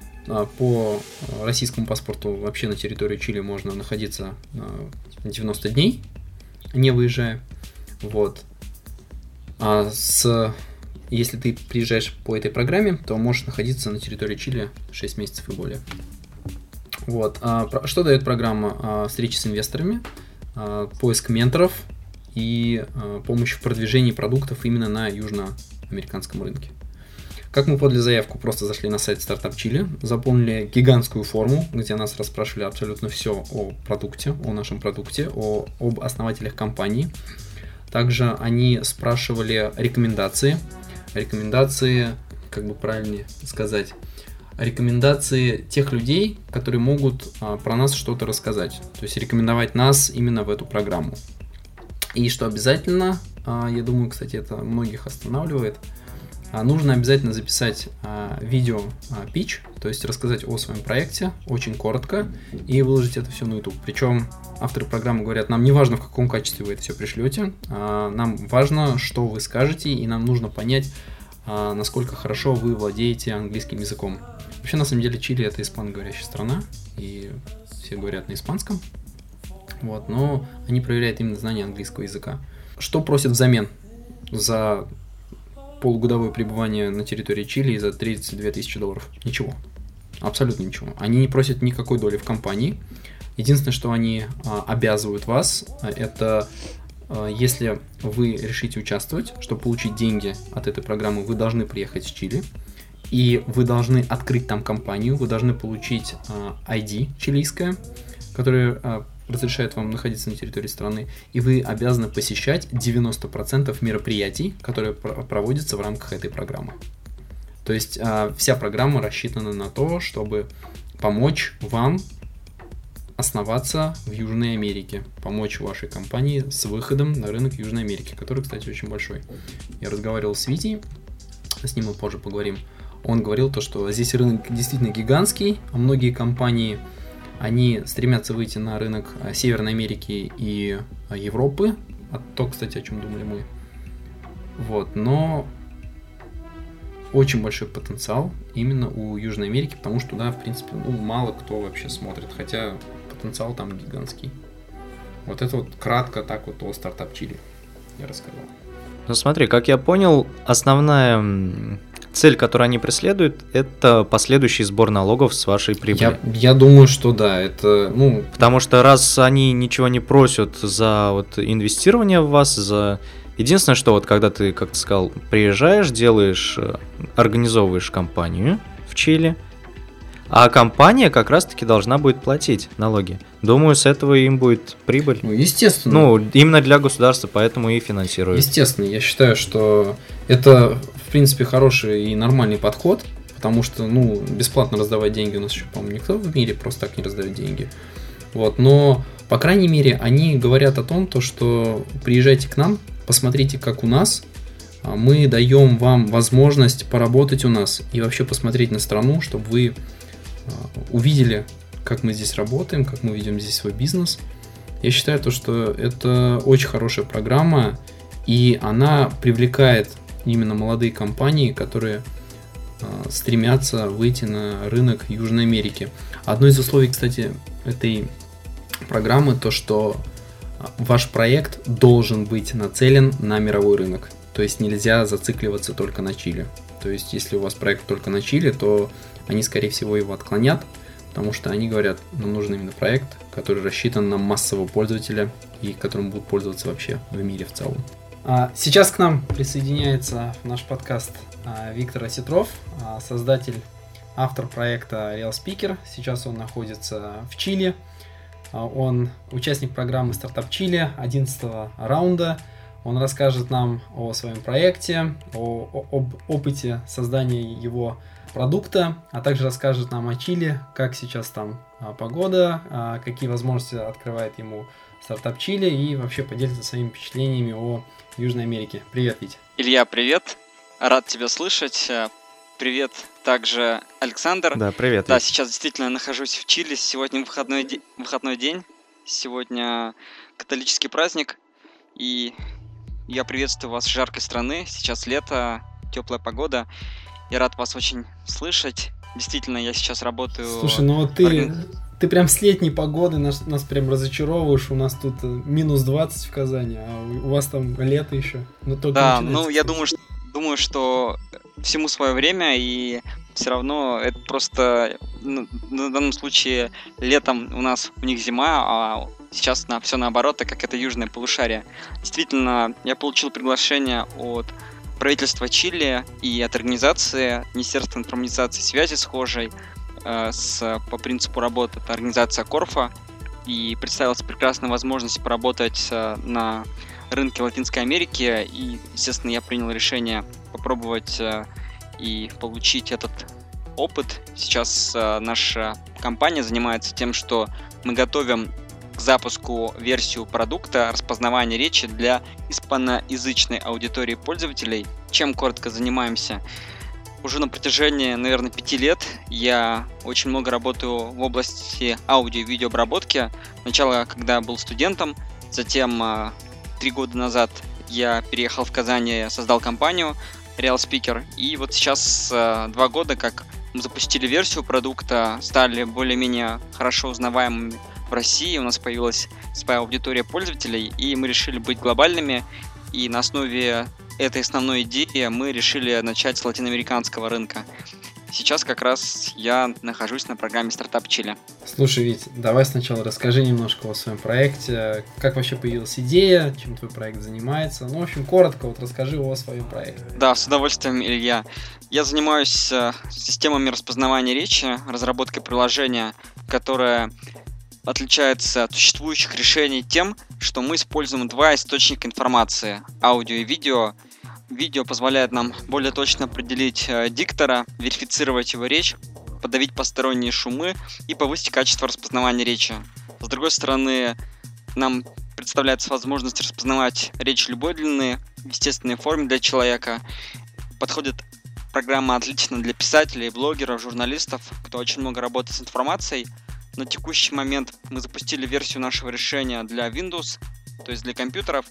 По российскому паспорту вообще на территории Чили можно находиться 90 дней, не выезжая. Вот. Если ты приезжаешь по этой программе, то можешь находиться на территории Чили 6 месяцев и более. Вот. Что дает программа? Встречи с инвесторами, поиск менторов и помощь в продвижении продуктов именно на южноамериканском рынке. Как мы подали заявку? Просто зашли на сайт Startup Chili, заполнили гигантскую форму, где нас расспрашивали абсолютно все о продукте, о нашем продукте, об основателях компании. Также они спрашивали рекомендации, как бы правильнее сказать, рекомендации тех людей, которые могут про нас что-то рассказать, то есть рекомендовать нас именно в эту программу. И что обязательно, я думаю, кстати, это многих останавливает, нужно обязательно записать видео-питч, то есть рассказать о своем проекте очень коротко и выложить это все на YouTube. Причем авторы программы говорят, нам не важно, в каком качестве вы это все пришлете, нам важно, что вы скажете, и нам нужно понять, насколько хорошо вы владеете английским языком. Вообще, на самом деле, Чили — это испаноговорящая страна, и все говорят на испанском, вот, но они проверяют именно знание английского языка. Что просят взамен за полугодовое пребывание на территории Чили и за $32 тысячи? Ничего. Абсолютно ничего. Они не просят никакой доли в компании. Единственное, что они обязывают вас, это если вы решите участвовать, чтобы получить деньги от этой программы, вы должны приехать в Чили, и вы должны открыть там компанию, вы должны получить ID чилийское, которое разрешает вам находиться на территории страны, и вы обязаны посещать 90% мероприятий, которые проводятся в рамках этой программы. То есть вся программа рассчитана на то, чтобы помочь вам основаться в Южной Америке, помочь вашей компании с выходом на рынок Южной Америки, который, кстати, очень большой. Я разговаривал с Витей, с ним мы позже поговорим. Он говорил то, что здесь рынок действительно гигантский, а многие компании, они стремятся выйти на рынок Северной Америки и Европы, то, кстати, о чем думали мы. Вот, но очень большой потенциал именно у Южной Америки, потому что туда, в принципе, мало кто вообще смотрит, хотя потенциал там гигантский. Вот это вот кратко так вот о стартап Чили я рассказал. Ну смотри, как я понял, основная цель, которую они преследуют, это последующий сбор налогов с вашей прибыли. Я думаю, что да, это, Потому что раз они ничего не просят за вот инвестирование в вас, единственное, что вот когда ты, как ты сказал, приезжаешь, организовываешь компанию в Чили, а компания как раз-таки должна будет платить налоги. Думаю, с этого им будет прибыль. Естественно. Именно для государства, поэтому и финансируют. Естественно, я считаю, что это, в принципе, хороший и нормальный подход, потому что, бесплатно раздавать деньги у нас еще, по-моему, никто в мире просто так не раздает деньги. Вот, но, по крайней мере, они говорят о том, что приезжайте к нам, посмотрите, как у нас, мы даем вам возможность поработать у нас и вообще посмотреть на страну, чтобы вы увидели, как мы здесь работаем, как мы ведем здесь свой бизнес. Я считаю, что это очень хорошая программа, и она привлекает именно молодые компании, которые стремятся выйти на рынок Южной Америки. Одно из условий, кстати, этой программы, то, что ваш проект должен быть нацелен на мировой рынок. То есть нельзя зацикливаться только на Чили. То есть если у вас проект только на Чили, то они, скорее всего, его отклонят, потому что они говорят, нам нужен именно проект, который рассчитан на массового пользователя и которым будут пользоваться вообще в мире в целом. Сейчас к нам присоединяется в наш подкаст Виктор Осетров, автор проекта Real Speaker. Сейчас он находится в Чили. Он участник программы Startup Chile 11 раунда. Он расскажет нам о своем проекте, об опыте создания его продукта, а также расскажет нам о Чили, как сейчас там погода, какие возможности открывает ему Startup Chile и вообще поделится своими впечатлениями о Южной Америке. Привет, Вить. Илья, привет. Рад тебя слышать. Привет также, Александр. Да, привет. Да, сейчас действительно нахожусь в Чили. Сегодня выходной день. Сегодня католический праздник. И я приветствую вас с жаркой страны. Сейчас лето, теплая погода. Я рад вас очень слышать. Действительно, я сейчас работаю... Слушай, ты прям с летней погоды нас прям разочаровываешь. У нас тут минус 20 в Казани, а у вас там лето еще. Да, я думаю, что всему свое время, и все равно это просто... на данном случае летом у них зима, а сейчас все наоборот, так как это южное полушарие. Действительно, я получил приглашение от правительства Чили и от организации Министерства информатизации и связи схожей по принципу работы. Это организация Корфа. И представилась прекрасная возможность поработать на рынке Латинской Америки. И, естественно, я принял решение попробовать и получить этот опыт. Сейчас наша компания занимается тем, что мы готовим к запуску версию продукта распознавания речи для испаноязычной аудитории пользователей. Чем коротко занимаемся? Уже на протяжении, наверное, 5 лет я очень много работаю в области аудио- и видеообработки. Сначала, когда был студентом, затем 3 года назад я переехал в Казань и создал компанию Real Speaker. И вот сейчас 2 года, как мы запустили версию продукта, стали более-менее хорошо узнаваемыми в России, у нас появилась своя аудитория пользователей, и мы решили быть глобальными. И на основе этой основной идеи мы решили начать с латиноамериканского рынка. Сейчас как раз я нахожусь на программе «Стартап Чили». Слушай, Вить, давай сначала расскажи немножко о своем проекте. Как вообще появилась идея, чем твой проект занимается? Ну, в общем, коротко вот расскажи о своем проекте. Да, с удовольствием, Илья. Я занимаюсь системами распознавания речи, разработкой приложения, которое отличается от существующих решений тем, что мы используем 2 источника информации – аудио и видео. Видео позволяет нам более точно определить диктора, верифицировать его речь, подавить посторонние шумы и повысить качество распознавания речи. С другой стороны, нам представляется возможность распознавать речь любой длины, в естественной форме для человека. Подходит программа отлично для писателей, блогеров, журналистов, кто очень много работает с информацией. На текущий момент мы запустили версию нашего решения для Windows, то есть для компьютеров,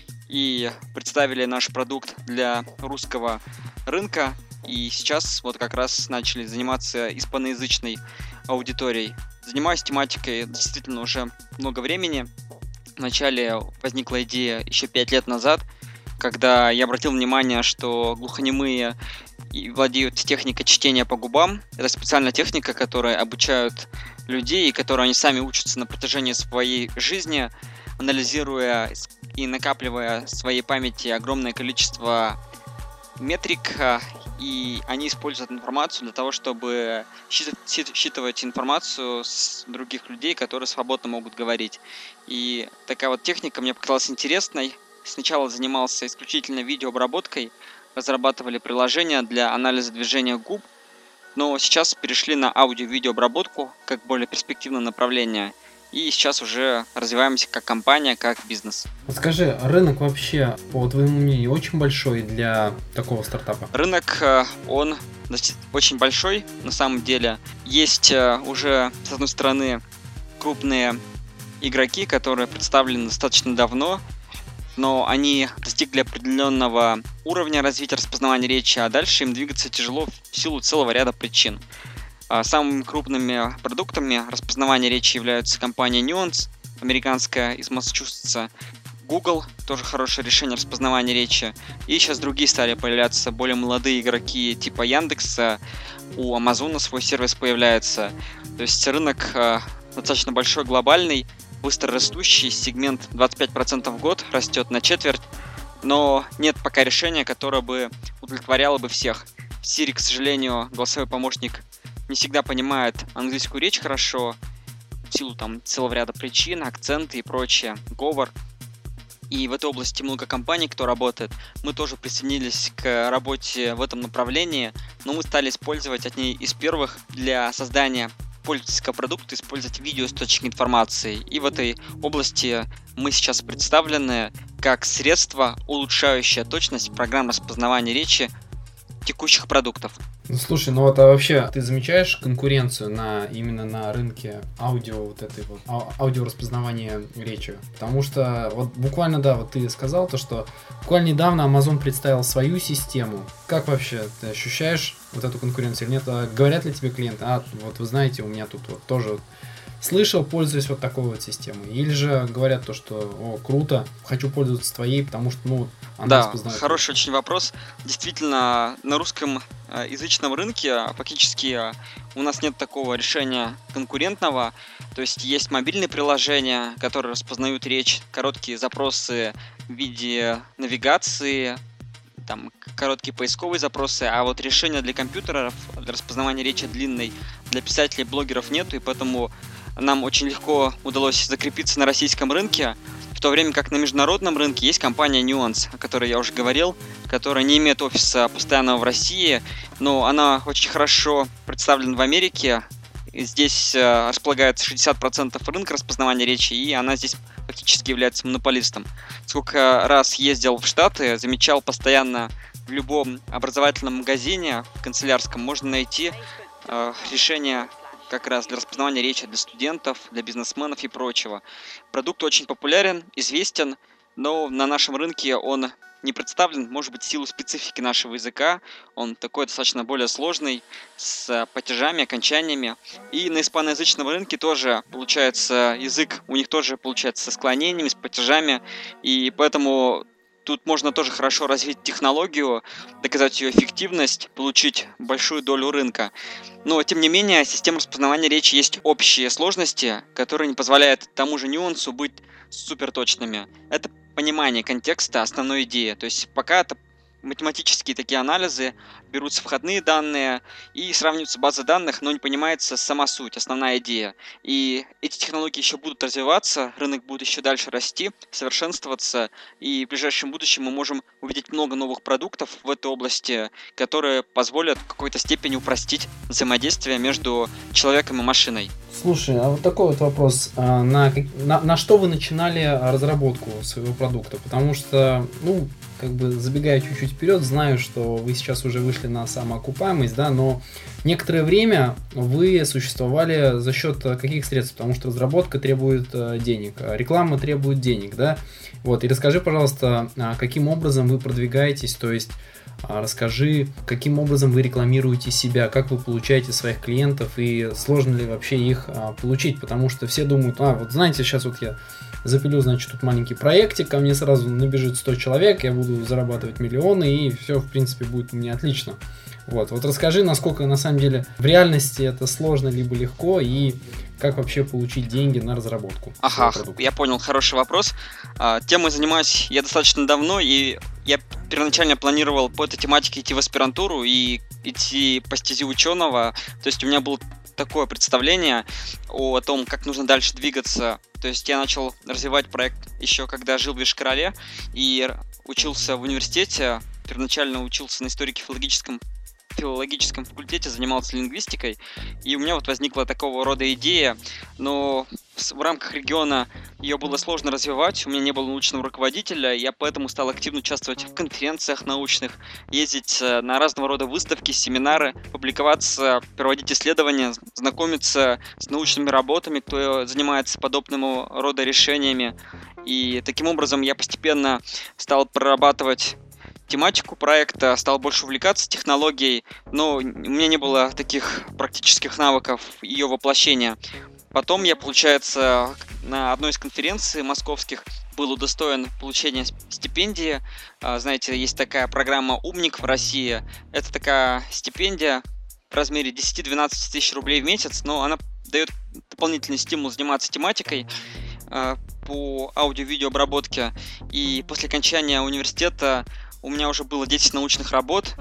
и представили наш продукт для русского рынка. И сейчас вот как раз начали заниматься испаноязычной аудиторией. Занимаюсь тематикой действительно уже много времени. Вначале возникла идея еще 5 лет назад, когда я обратил внимание, что глухонемые владеют техникой чтения по губам. Это специальная техника, которая обучают людей, и которую они сами учатся на протяжении своей жизни, анализируя и накапливая в своей памяти огромное количество метрик, и они используют информацию для того, чтобы считывать информацию с других людей, которые свободно могут говорить. И такая вот техника мне показалась интересной. Сначала занимался исключительно видеообработкой, разрабатывали приложения для анализа движения губ, но сейчас перешли на аудио-видеообработку как более перспективное направление. И сейчас уже развиваемся как компания, как бизнес. Скажи, рынок вообще, по твоему мнению, очень большой для такого стартапа? Рынок, он очень большой на самом деле. Есть уже, с одной стороны, крупные игроки, которые представлены достаточно давно, но они достигли определенного уровня развития распознавания речи, а дальше им двигаться тяжело в силу целого ряда причин. Самыми крупными продуктами распознавания речи являются компания Nuance, американская из Массачусетса, Google, тоже хорошее решение распознавания речи, и сейчас другие стали появляться, более молодые игроки типа Яндекса, у Амазона свой сервис появляется. То есть рынок достаточно большой, глобальный, быстро растущий, сегмент 25% в год растет на четверть, но нет пока решения, которое бы удовлетворяло бы всех. Siri, к сожалению, голосовой помощник, не всегда понимает английскую речь хорошо, в силу там целого ряда причин, акценты и прочее, говор. И в этой области много компаний, кто работает. Мы тоже присоединились к работе в этом направлении, но мы стали использовать одни из первых для создания пользовательского продукта, использовать видеоисточники информации. И в этой области мы сейчас представлены как средство, улучшающее точность программ распознавания речи текущих продуктов. Ну, слушай, ну вот а вообще ты замечаешь конкуренцию именно на рынке аудио, вот этой вот аудиораспознавания речи? Потому что вот буквально, да, вот ты сказал то, что буквально недавно Amazon представил свою систему. Как вообще ты ощущаешь вот эту конкуренцию или нет? Говорят ли тебе клиенты, вот вы знаете, у меня тут вот тоже слышал, пользуюсь вот такой вот системой? Или же говорят то, что круто, хочу пользоваться твоей, потому что, ну, она распознает. Да, хороший очень вопрос. Действительно, на русском язычном рынке фактически у нас нет такого решения конкурентного. То есть мобильные приложения, которые распознают речь, короткие запросы в виде навигации, там короткие поисковые запросы, а вот решения для компьютеров, для распознавания речи длинной, для писателей, блогеров нету, и поэтому нам очень легко удалось закрепиться на российском рынке, в то время как на международном рынке есть компания Nuance, о которой я уже говорил, которая не имеет офиса постоянного в России, но она очень хорошо представлена в Америке, здесь располагается 60% рынка распознавания речи, и она здесь фактически является монополистом. Сколько раз ездил в Штаты, замечал постоянно в любом образовательном магазине, в канцелярском, можно найти решение как раз для распознавания речи для студентов, для бизнесменов и прочего. Продукт очень популярен, известен, но на нашем рынке он не представлен, может быть, в силу специфики нашего языка. Он такой достаточно более сложный, с падежами, окончаниями. И на испаноязычном рынке тоже получается язык, у них тоже получается со склонениями, с падежами. И поэтому тут можно тоже хорошо развить технологию, доказать ее эффективность, получить большую долю рынка. Но, тем не менее, система распознавания речи есть общие сложности, которые не позволяют тому же нюансу быть суперточными. Это понимание контекста основной идеи. То есть пока это математические такие анализы, берутся входные данные и сравниваются базы данных, но не понимается сама суть, основная идея. И эти технологии еще будут развиваться, рынок будет еще дальше расти, совершенствоваться, и в ближайшем будущем мы можем увидеть много новых продуктов в этой области, которые позволят в какой-то степени упростить взаимодействие между человеком и машиной. Слушай, а вот такой вот вопрос. На что вы начинали разработку своего продукта? Потому что, забегая чуть-чуть вперед, знаю, что вы сейчас уже вышли на самоокупаемость, да, но некоторое время вы существовали за счет каких средств? Потому что разработка требует денег, реклама требует денег, да? Вот, и расскажи, пожалуйста, каким образом вы продвигаетесь, то есть расскажи, каким образом вы рекламируете себя, как вы получаете своих клиентов и сложно ли вообще их получить, потому что все думают, вот знаете, сейчас вот я запилю, значит, тут маленький проектик, ко мне сразу набежит 100 человек, я буду зарабатывать миллионы и все, в принципе, будет у меня отлично. Вот расскажи, насколько на самом деле в реальности это сложно либо легко и как вообще получить деньги на разработку. Ага, я понял, хороший вопрос. Темой занимаюсь я достаточно давно, и я первоначально планировал по этой тематике идти в аспирантуру и идти по стезе ученого. То есть у меня было такое представление о том, как нужно дальше двигаться. То есть я начал развивать проект еще когда жил в Йошкар-Оле и учился в университете. Первоначально учился на историко-филологическом факультете, занимался лингвистикой, и у меня вот возникла такого рода идея, но в рамках региона ее было сложно развивать, у меня не было научного руководителя, я поэтому стал активно участвовать в конференциях научных, ездить на разного рода выставки, семинары, публиковаться, проводить исследования, знакомиться с научными работами, кто занимается подобного рода решениями, и таким образом я постепенно стал прорабатывать тематику проекта, стал больше увлекаться технологией, но у меня не было таких практических навыков ее воплощения. Потом я, получается, на одной из конференций московских был удостоен получения стипендии. Знаете, есть такая программа «Умник» в России. Это такая стипендия в размере 10-12 тысяч рублей в месяц, но она дает дополнительный стимул заниматься тематикой по аудио-видеообработке. И после окончания университета у меня уже было 10 научных работ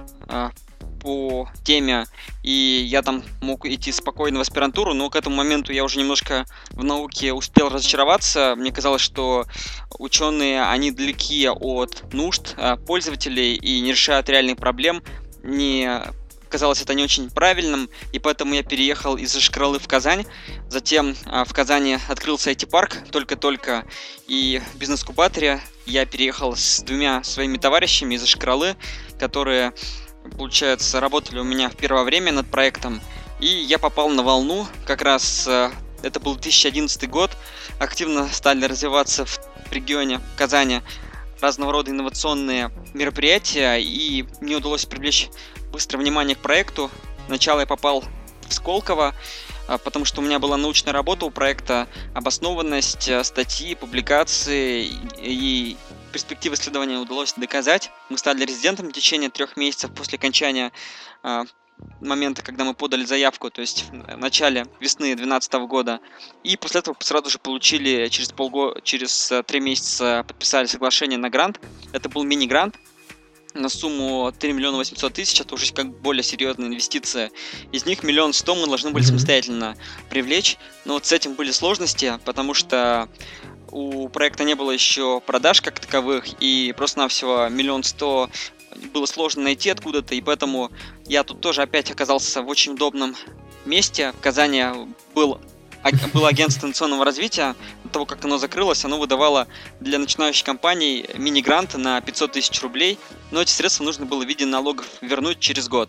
по теме, и я там мог идти спокойно в аспирантуру, но к этому моменту я уже немножко в науке успел разочароваться. Мне казалось, что ученые, они далеки от нужд пользователей и не решают реальных проблем. Мне казалось это не очень правильным, и поэтому я переехал из Йошкар-Олы в Казань. Затем в Казани открылся IT-парк только-только, и в бизнес-кубаторе я переехал с двумя своими товарищами из Йошкар-Олы, которые, получается, работали у меня в первое время над проектом, и я попал на волну, как раз это был 2011 год, активно стали развиваться в регионе Казани разного рода инновационные мероприятия, и мне удалось привлечь быстро внимание к проекту. Сначала я попал в Сколково, потому что у меня была научная работа у проекта, обоснованность, статьи, публикации и перспективы исследования удалось доказать. Мы стали резидентом в течение 3 месяцев после окончания момента, когда мы подали заявку, то есть в начале весны 2012 года. И после этого сразу же получили, через 3 месяца подписали соглашение на грант. Это был мини-грант на сумму 3 800 000, это уже как более серьезная инвестиция. Из них 1 100 000 мы должны были самостоятельно привлечь, но вот с этим были сложности, потому что у проекта не было еще продаж как таковых, и просто-навсего 1 100 000 было сложно найти откуда-то, и поэтому я тут тоже опять оказался в очень удобном месте. В Казани было агентство инновационного развития. До того, как оно закрылось, оно выдавало для начинающих компаний мини-гранты на 500 тысяч рублей, но эти средства нужно было в виде налогов вернуть через год.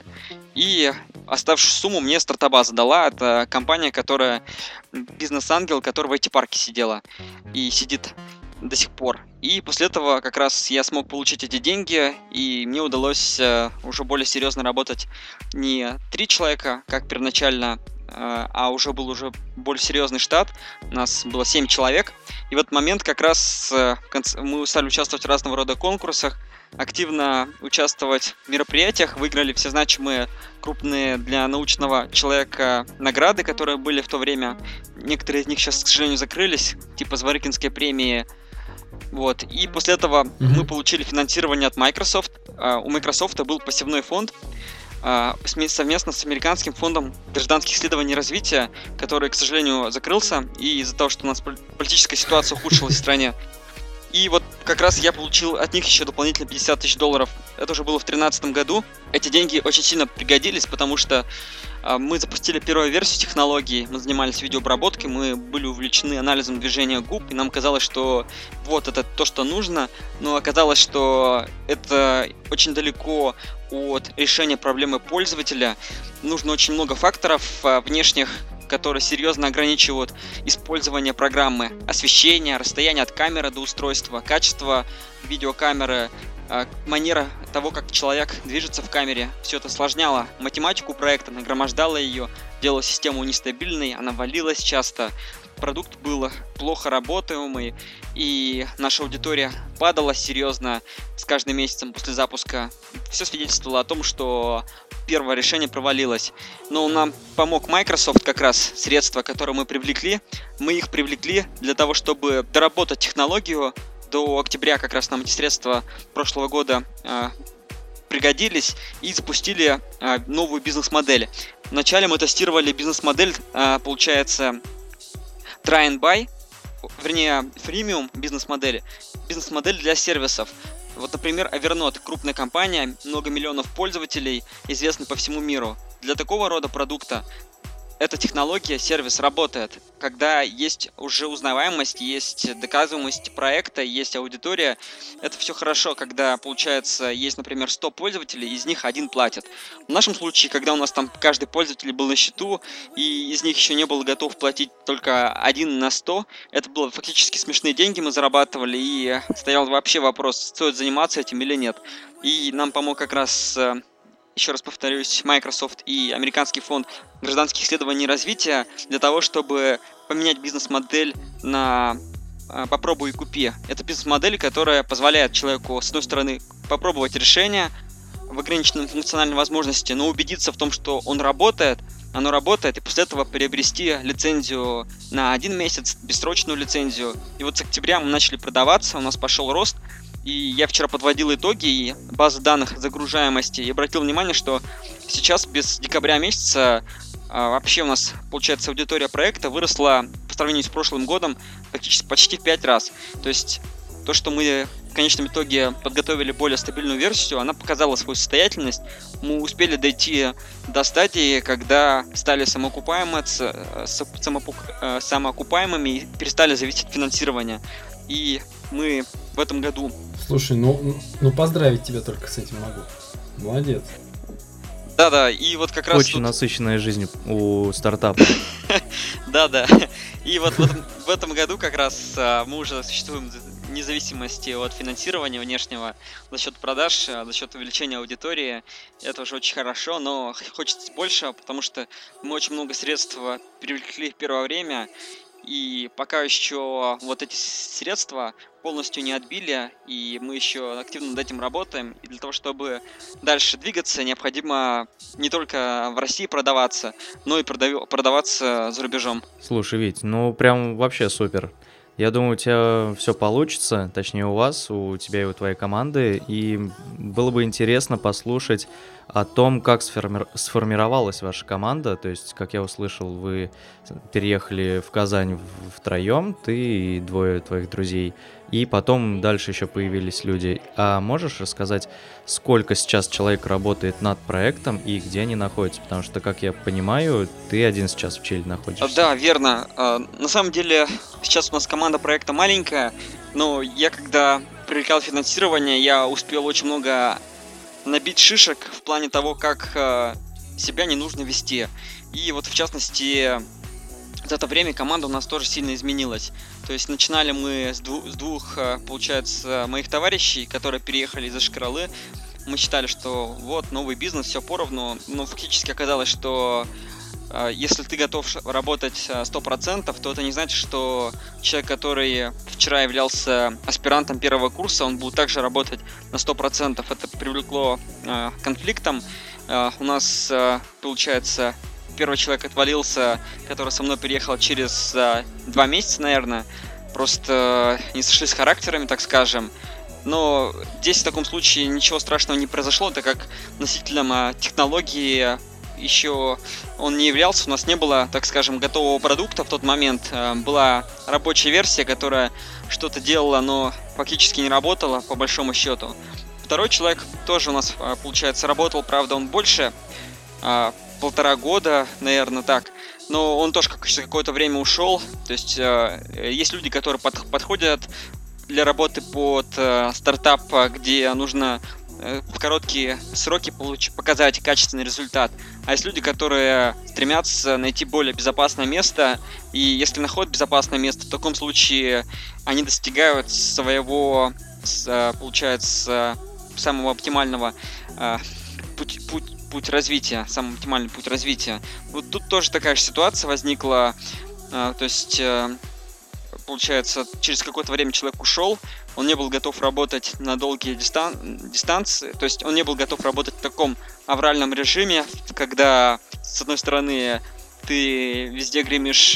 И оставшуюся сумму мне Стартабаза дала. Это компания, бизнес-ангел, которая в IT-парке сидела и сидит до сих пор. И после этого как раз я смог получить эти деньги, и мне удалось уже более серьезно работать не 3 человека, как первоначально, а уже был более серьезный штат. У нас было 7 человек. И в этот момент как раз мы стали участвовать в разного рода конкурсах, активно участвовать в мероприятиях, выиграли все значимые крупные для научного человека награды, которые были в то время. Некоторые из них сейчас, к сожалению, закрылись, типа Зворыкинской премии. Вот. И после этого мы получили финансирование от Microsoft. У Microsoft был посевной фонд совместно с американским фондом гражданских исследований и развития, который, к сожалению, закрылся, и из-за того, что у нас политическая ситуация ухудшилась в стране. И вот как раз я получил от них еще дополнительно $50 тысяч. Это уже было в 2013 году. Эти деньги очень сильно пригодились, потому что мы запустили первую версию технологии, мы занимались видеообработкой, мы были увлечены анализом движения губ, и нам казалось, что вот это то, что нужно, но оказалось, что это очень далеко от решения проблемы пользователя. Нужно очень много факторов внешних, которые серьезно ограничивают использование программы. Освещение, расстояние от камеры до устройства, качество видеокамеры, манера того, как человек движется в камере. Все это осложняло математику проекта, нагромождало ее, делало систему нестабильной, она валилась часто. Продукт был плохо работаемый, и наша аудитория падала серьезно с каждым месяцем после запуска. Все свидетельствовало о том, что первое решение провалилось. Но нам помог Microsoft как раз, средства, которые мы привлекли. Мы их привлекли для того, чтобы доработать технологию. До октября как раз нам эти средства прошлого года пригодились, и запустили новую бизнес-модель. Вначале мы тестировали бизнес-модель, получается, try and buy, вернее, freemium бизнес-модели. Бизнес-модель для сервисов. Вот, например, Evernote, крупная компания, много миллионов пользователей, известна по всему миру. Для такого рода продукта эта технология, сервис работает, когда есть уже узнаваемость, есть доказываемость проекта, есть аудитория. Это все хорошо, когда, получается, есть, например, 100 пользователей, из них один платит. В нашем случае, когда у нас там каждый пользователь был на счету, и из них еще не был готов платить только 1 на 100, это было фактически смешные деньги мы зарабатывали, и стоял вообще вопрос, стоит заниматься этим или нет. И нам помог как раз... Еще раз повторюсь, Microsoft и американский фонд гражданских исследований и развития для того, чтобы поменять бизнес-модель на «попробуй и купи». Это бизнес-модель, которая позволяет человеку, с одной стороны, попробовать решение в ограниченной функциональной возможности, но убедиться в том, что оно работает, и после этого приобрести лицензию на 1 месяц, бессрочную лицензию. И вот с октября мы начали продаваться, у нас пошел рост. И я вчера подводил итоги и базы данных загружаемости и обратил внимание, что сейчас без декабря месяца вообще у нас, получается, аудитория проекта выросла по сравнению с прошлым годом практически почти в 5 раз. То есть то, что мы в конечном итоге подготовили более стабильную версию, она показала свою состоятельность. Мы успели дойти до стадии, когда стали самоокупаемыми и перестали зависеть от финансирования. И мы в этом году... Слушай, ну поздравить тебя только с этим могу. Молодец. Да-да, и вот как раз... Очень насыщенная жизнь у стартапа. Да-да. И вот в этом году как раз мы уже существуем вне зависимости от финансирования внешнего за счет продаж, за счет увеличения аудитории. Это уже очень хорошо, но хочется больше, потому что мы очень много средств привлекли в первое время, и пока еще вот эти средства полностью не отбили, и мы еще активно над этим работаем. И для того, чтобы дальше двигаться, необходимо не только в России продаваться, но и продаваться за рубежом. Слушай, Вить, ну прям вообще супер. Я думаю, у тебя все получится, точнее у вас, у тебя и у твоей команды, и было бы интересно послушать о том, как сформировалась ваша команда. То есть, как я услышал, вы переехали в Казань втроем, ты и 2 твоих друзей. и потом дальше еще появились люди. А можешь рассказать, сколько сейчас человек работает над проектом и где они находятся? Потому что, как я понимаю, ты один сейчас в Чили находишься. Да, верно. На самом деле, сейчас у нас команда проекта маленькая, но я когда привлекал финансирование, я успел очень много набить шишек в плане того, как себя не нужно вести. И вот в частности, за это время команда у нас тоже сильно изменилась. То есть начинали мы с двух, получается, моих товарищей, которые переехали из Ашкаралы. Мы считали, что вот новый бизнес, все поровну, но фактически оказалось, что если ты готов работать 100%, то это не значит, что человек, который вчера являлся аспирантом первого курса, он будет также работать на 100%. Это привлекло конфликтом. У нас, получается, первый человек отвалился, который со мной переехал через 2 месяца, наверное. Просто не сошлись с характерами, так скажем. Но здесь в таком случае ничего страшного не произошло, так как носителем технологии еще он не являлся, у нас не было, так скажем, готового продукта в тот момент. Была рабочая версия, которая что-то делала, но фактически не работала, по большому счету. Второй человек тоже у нас, получается, работал, правда, он больше, 1,5 года, наверное, так. Но он тоже через какое-то время ушел. То есть есть люди, которые подходят для работы под стартап, где нужно в короткие сроки показать качественный результат. А есть люди, которые стремятся найти более безопасное место. И если находят безопасное место, в таком случае они достигают своего, получается, самого оптимального путь развития, самый оптимальный путь развития. Вот тут тоже такая же ситуация возникла. То есть, получается, через какое-то время человек ушел, он не был готов работать на долгие дистанции, то есть он не был готов работать в таком авральном режиме, когда, с одной стороны, ты везде гремишь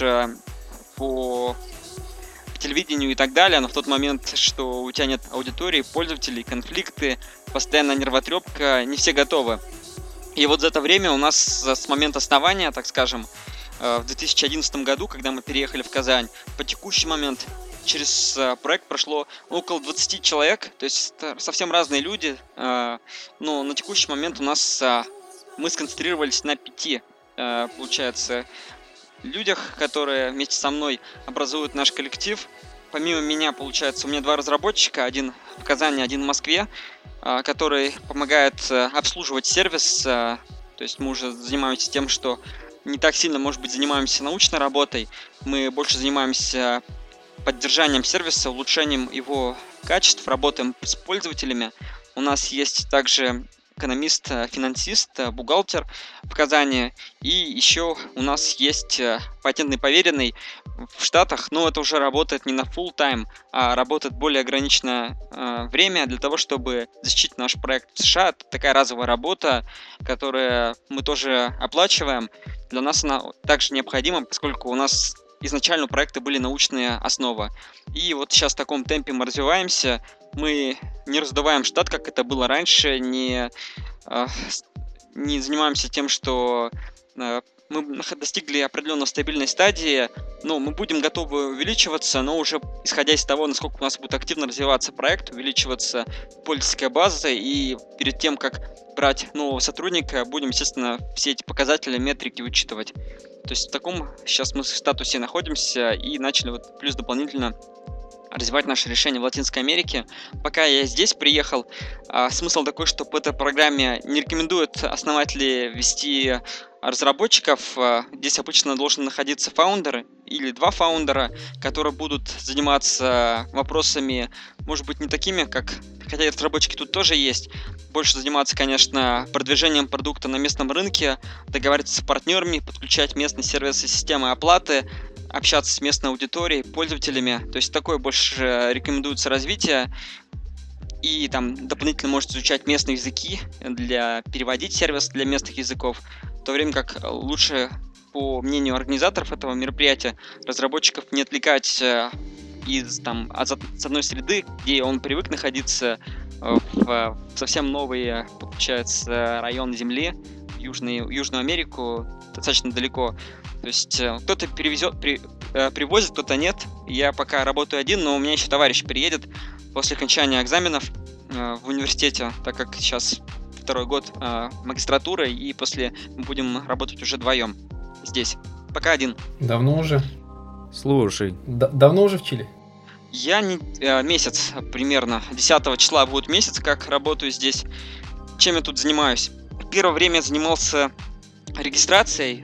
по телевидению и так далее, но в тот момент, что у тебя нет аудитории, пользователей, конфликты, постоянная нервотрепка, не все готовы. И вот за это время у нас с момента основания, так скажем, в 2011 году, когда мы переехали в Казань, по текущий момент через проект прошло около 20 человек, то есть совсем разные люди, но на текущий момент у нас мы сконцентрировались на 5, получается, людях, которые вместе со мной образуют наш коллектив. Помимо меня, получается, у меня 2 разработчика, один в Казани, один в Москве, который помогает обслуживать сервис. То есть мы уже занимаемся тем, что не так сильно, может быть, занимаемся научной работой. Мы больше занимаемся поддержанием сервиса, улучшением его качеств, работаем с пользователями. У нас есть также экономист, финансист, бухгалтер в Казани. И еще у нас есть патентный поверенный в Штатах, но это уже работает не на full time, а работает более ограниченное время для того, чтобы защитить наш проект в США. Это такая разовая работа, которую мы тоже оплачиваем. Для нас она также необходима, поскольку у нас изначально у проекта были научные основы. И вот сейчас в таком темпе мы развиваемся. Мы не раздуваем штат, как это было раньше, не занимаемся тем, что мы достигли определенной стабильной стадии, но мы будем готовы увеличиваться, но уже исходя из того, насколько у нас будет активно развиваться проект, увеличиваться пользовательская база, и перед тем, как брать нового сотрудника, будем, естественно, все эти показатели, метрики учитывать. То есть в таком сейчас мы в статусе находимся и начали вот плюс дополнительно развивать наше решение в Латинской Америке. Пока я здесь приехал, смысл такой, что по этой программе не рекомендуют основатели вести разработчиков. Здесь обычно должен находиться фаундер или 2 фаундера, которые будут заниматься вопросами, может быть, не такими, как... Хотя разработчики тут тоже есть. Больше заниматься, конечно, продвижением продукта на местном рынке, договариваться с партнерами, подключать местные сервисы, системы оплаты, общаться с местной аудиторией, пользователями. То есть такое больше рекомендуется развитие. И там дополнительно можете изучать местные языки, для переводить сервис для местных языков. В то время как лучше, по мнению организаторов этого мероприятия, разработчиков не отвлекать с одной среды, где он привык находиться, в совсем новый, получается, район Земли, Южную Америку, достаточно далеко. То есть кто-то привозят, кто-то нет. Я пока работаю один, но у меня еще товарищ приедет после окончания экзаменов в университете, так как сейчас второй год магистратуры, и после мы будем работать уже вдвоем здесь. Пока один. Давно уже? Слушай. Давно уже в Чили? Я месяц примерно, 10 числа будет месяц, как работаю здесь. Чем я тут занимаюсь? Первое время я занимался регистрацией.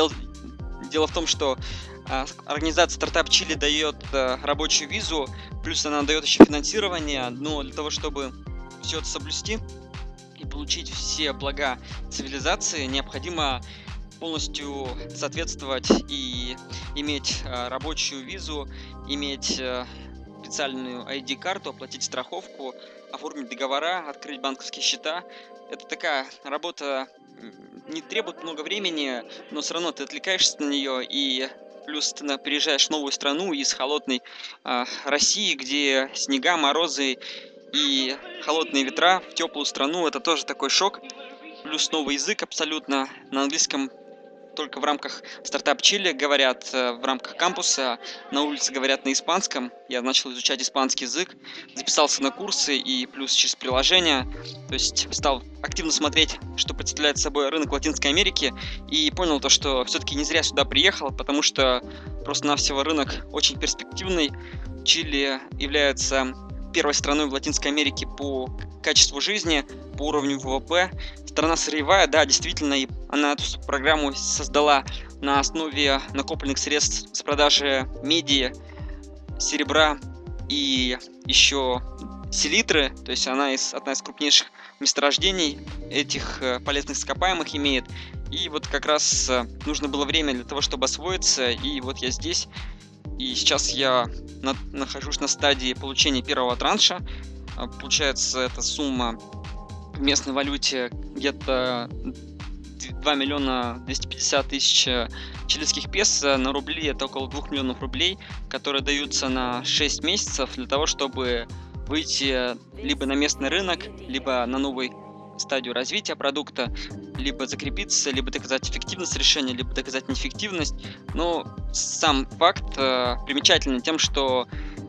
Дело в том, что организация Startup Chile дает рабочую визу, плюс она дает еще финансирование, но для того, чтобы все это соблюсти и получить все блага цивилизации, необходимо полностью соответствовать и иметь рабочую визу, иметь специальную ID-карту, оплатить страховку, оформить договора, открыть банковские счета. Это такая работа, не требует много времени, но все равно ты отвлекаешься на нее, и плюс ты переезжаешь в новую страну из холодной России, где снега, морозы и холодные ветра, в теплую страну. Это тоже такой шок. Плюс новый язык абсолютно. На английском только в рамках Startup Chile говорят, в рамках кампуса. На улице говорят на испанском. Я начал изучать испанский язык, записался на курсы и плюс через приложение. То есть стал активно смотреть, что представляет собой рынок Латинской Америки, и понял то, что все-таки не зря сюда приехал, потому что просто-навсего рынок очень перспективный. Чили является первой страной в Латинской Америке по качеству жизни, по уровню ВВП. Страна сырьевая, да, действительно, и она эту программу создала на основе накопленных средств с продажи меди, серебра и еще селитры. То есть одна из крупнейших месторождений этих полезных ископаемых имеет. И вот как раз нужно было время для того, чтобы освоиться, и вот я здесь. И сейчас я нахожусь на стадии получения первого транша. Получается, эта сумма в местной валюте где-то 2 миллиона 250 тысяч чилийских песо. На рубли это около 2 миллионов рублей, которые даются на 6 месяцев для того, чтобы выйти либо на местный рынок, либо на новую стадию развития продукта, либо закрепиться, либо доказать эффективность решения, либо доказать неэффективность. Но сам факт примечательный тем, что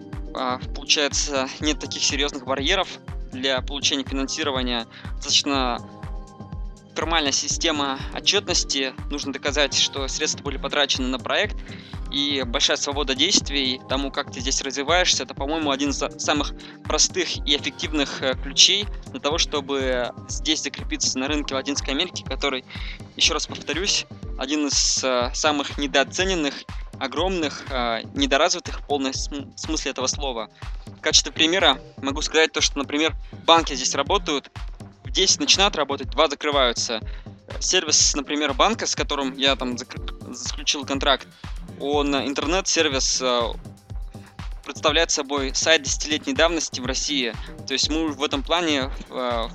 получается нет таких серьезных барьеров для получения финансирования. Достаточно формальная система отчетности. Нужно доказать, что средства были потрачены на проект, и большая свобода действий тому, как ты здесь развиваешься. Это, по-моему, один из самых простых и эффективных ключей для того, чтобы здесь закрепиться на рынке Латинской Америки, который, еще раз повторюсь, один из самых недооцененных, огромных, недоразвитых в полном смысле этого слова. В качестве примера могу сказать то, что, например, банки здесь работают, в 10 начинают работать, 2 закрываются. Сервис, например, банка, с которым я там заключил контракт, он интернет-сервис, представляет собой сайт 10-летней давности в России. То есть мы в этом плане в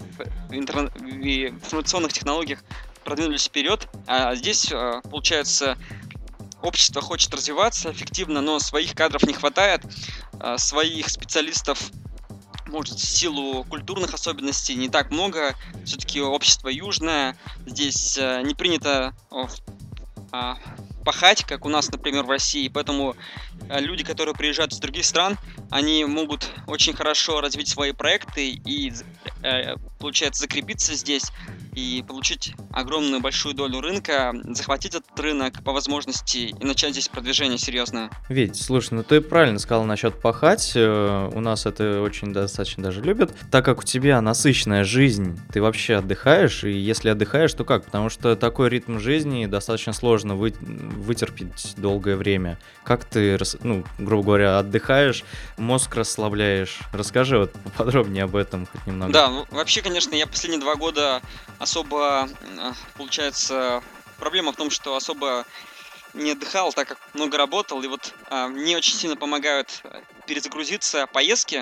информационных технологиях продвинулись вперед, а здесь, получается, общество хочет развиваться эффективно, но своих кадров не хватает, своих специалистов, может, в силу культурных особенностей не так много. Все-таки общество южное, здесь не принято пахать, как у нас, например, в России, поэтому люди, которые приезжают из других стран, они могут очень хорошо развить свои проекты и, получается, закрепиться здесь и получить огромную большую долю рынка, захватить этот рынок по возможности и начать здесь продвижение серьезное. Вить, слушай, ну ты правильно сказал насчет пахать, у нас это очень достаточно даже любят, так как у тебя насыщенная жизнь, ты вообще отдыхаешь, и если отдыхаешь, то как? Потому что такой ритм жизни достаточно сложно вытерпеть долгое время. Как ты, грубо говоря, отдыхаешь, мозг расслабляешь? Расскажи вот поподробнее об этом хоть немного. Да, вообще, конечно, я последние 2 года особо, получается, проблема в том, что особо не отдыхал, так как много работал, и вот мне очень сильно помогают перезагрузиться поездки.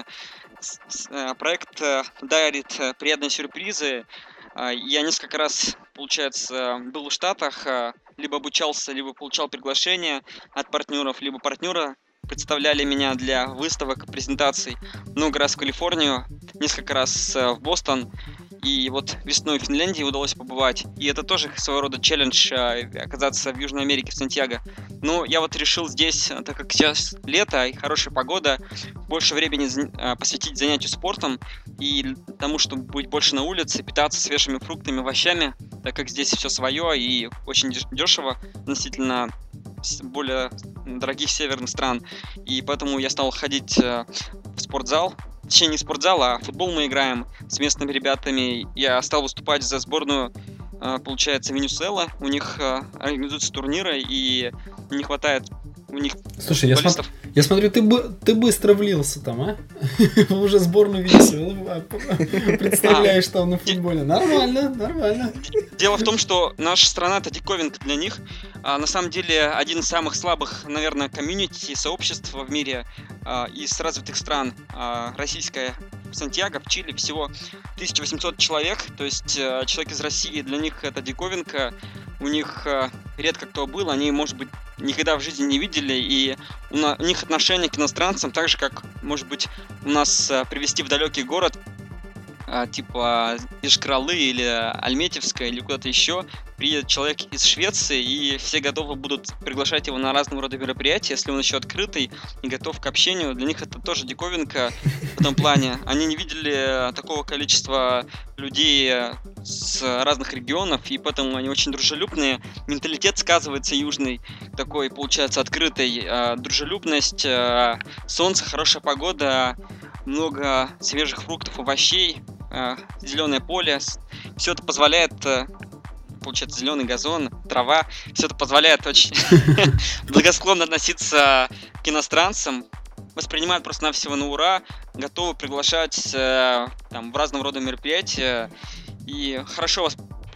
Проект дарит приятные сюрпризы. Я несколько раз, получается, был в Штатах, либо обучался, либо получал приглашение от партнеров, либо партнера представляли меня для выставок, презентаций. Много раз в Калифорнию, несколько раз в Бостон. И вот весной в Финляндии удалось побывать. И это тоже своего рода челлендж оказаться в Южной Америке, в Сантьяго. Но я вот решил здесь, так как сейчас лето и хорошая погода, больше времени посвятить занятию спортом и тому, чтобы быть больше на улице, питаться свежими фруктами, овощами, так как здесь все свое и очень дешево относительно более дорогих северных стран. И поэтому я стал ходить в спортзал. Точнее, не спортзал, а футбол мы играем с местными ребятами. Я стал выступать за сборную, получается, Венесуэлы. У них организуются турниры, и не хватает у них Слушай, футболистов. я смотрю, ты быстро влился там, а? Уже сборную Венесуэлы представляешь там на футболе. Нормально. Дело в том, что наша страна — это диковинка для них. На самом деле, один из самых слабых, наверное, комьюнити, сообществ в мире из развитых стран. Российская в Сантьяго, в Чили всего 1800 человек. То есть человек из России, для них это диковинка. У них редко кто был, они, может быть, никогда в жизни не видели, и у них отношение к иностранцам так же, как, может быть, у нас привезти в далекий город, типа Ишкралы или Альметьевская или куда-то еще, приедет человек из Швеции, и все готовы будут приглашать его на разного рода мероприятия, если он еще открытый и готов к общению. Для них это тоже диковинка в этом плане. Они не видели такого количества людей с разных регионов, и поэтому они очень дружелюбные. Менталитет сказывается южный, такой, получается, открытый. Дружелюбность, солнце, хорошая погода, много свежих фруктов, овощей, зеленое поле. Все это позволяет, получается, зеленый газон, трава. Все это позволяет очень благосклонно относиться к иностранцам. Воспринимают просто-навсего на ура, готовы приглашать там, в разного рода мероприятия и хорошо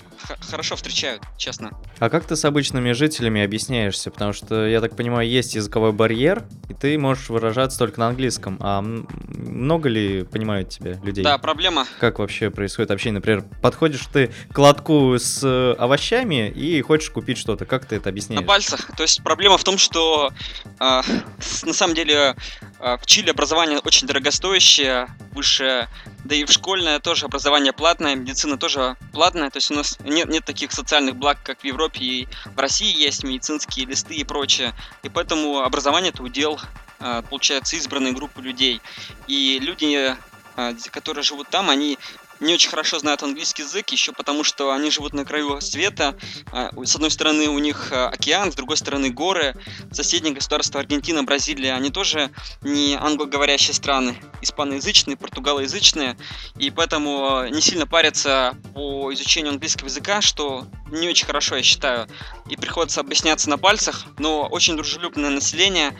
встречают, честно. А как ты с обычными жителями объясняешься? Потому что, я так понимаю, есть языковой барьер, и ты можешь выражаться только на английском. А много ли понимают тебя людей? Да, проблема. Как вообще происходит общение? Например, подходишь ты к лотку с овощами и хочешь купить что-то. Как ты это объясняешь? На пальцах. То есть проблема в том, что на самом деле в Чили образование очень дорогостоящее, высшее, да и в школьное тоже образование платное, медицина тоже платная. То есть у нас нет таких социальных благ, как в Европе и в России есть медицинские листы и прочее. И поэтому образование — это удел, получается, избранной группы людей. И люди, которые живут там, они не очень хорошо знают английский язык, еще потому, что они живут на краю света. С одной стороны у них океан, с другой стороны горы. Соседние государства Аргентина, Бразилия, они тоже не англоговорящие страны, испаноязычные, португалоязычные, и поэтому не сильно парятся по изучению английского языка, что не очень хорошо, я считаю. И приходится объясняться на пальцах, но очень дружелюбное население,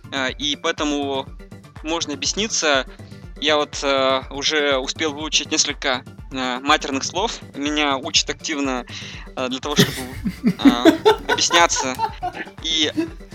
и поэтому можно объясниться. Я вот уже успел выучить несколько матерных слов. Меня учат активно для того, чтобы объясняться. И...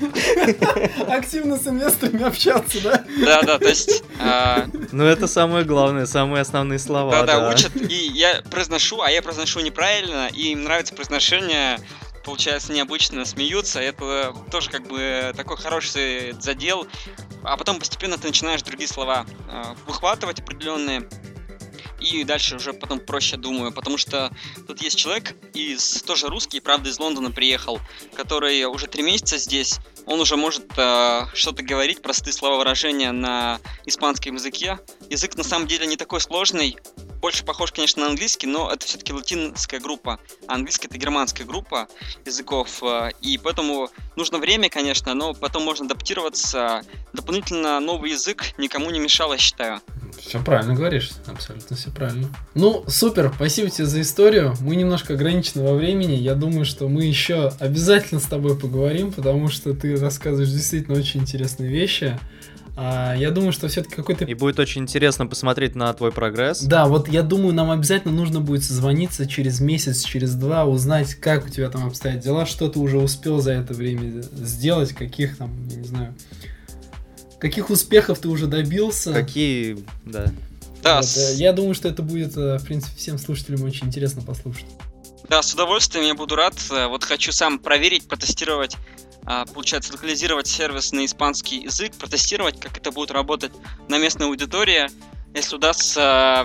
Активно с инвесторами общаться, да? Да, то есть... Ну, это самое главное, самые основные слова. Да, учат, и я произношу, а я произношу неправильно, и им нравится произношение, получается, необычно, смеются. Это тоже как бы такой хороший задел. А потом постепенно ты начинаешь другие слова выхватывать определенные, и дальше уже потом проще, думаю, потому что тут есть человек тоже русский, правда, из Лондона приехал, который уже 3 месяца здесь. Он уже может что-то говорить, простые слова, выражения на испанском языке. Язык на самом деле не такой сложный, больше похож, конечно, на английский, но это все-таки латинская группа, а английский — это германская группа языков, и поэтому нужно время, конечно, но потом можно адаптироваться. Дополнительно новый язык никому не мешал, я считаю. Все правильно говоришь, абсолютно все правильно. Ну, супер, спасибо тебе за историю. Мы немножко ограничены во времени. Я думаю, что мы еще обязательно с тобой поговорим, потому что ты рассказываешь действительно очень интересные вещи. Я думаю, что все-таки какой-то... И будет очень интересно посмотреть на твой прогресс. Да, вот я думаю, нам обязательно нужно будет созвониться через месяц, через 2, узнать, как у тебя там обстоят дела, что ты уже успел за это время сделать, каких там, я не знаю, каких успехов ты уже добился. Какие, да. Да. Вот, я думаю, что это будет, в принципе, всем слушателям очень интересно послушать. Да, с удовольствием, я буду рад. Вот хочу сам проверить, протестировать, получается, локализировать сервис на испанский язык, протестировать, как это будет работать на местной аудитории. Если удастся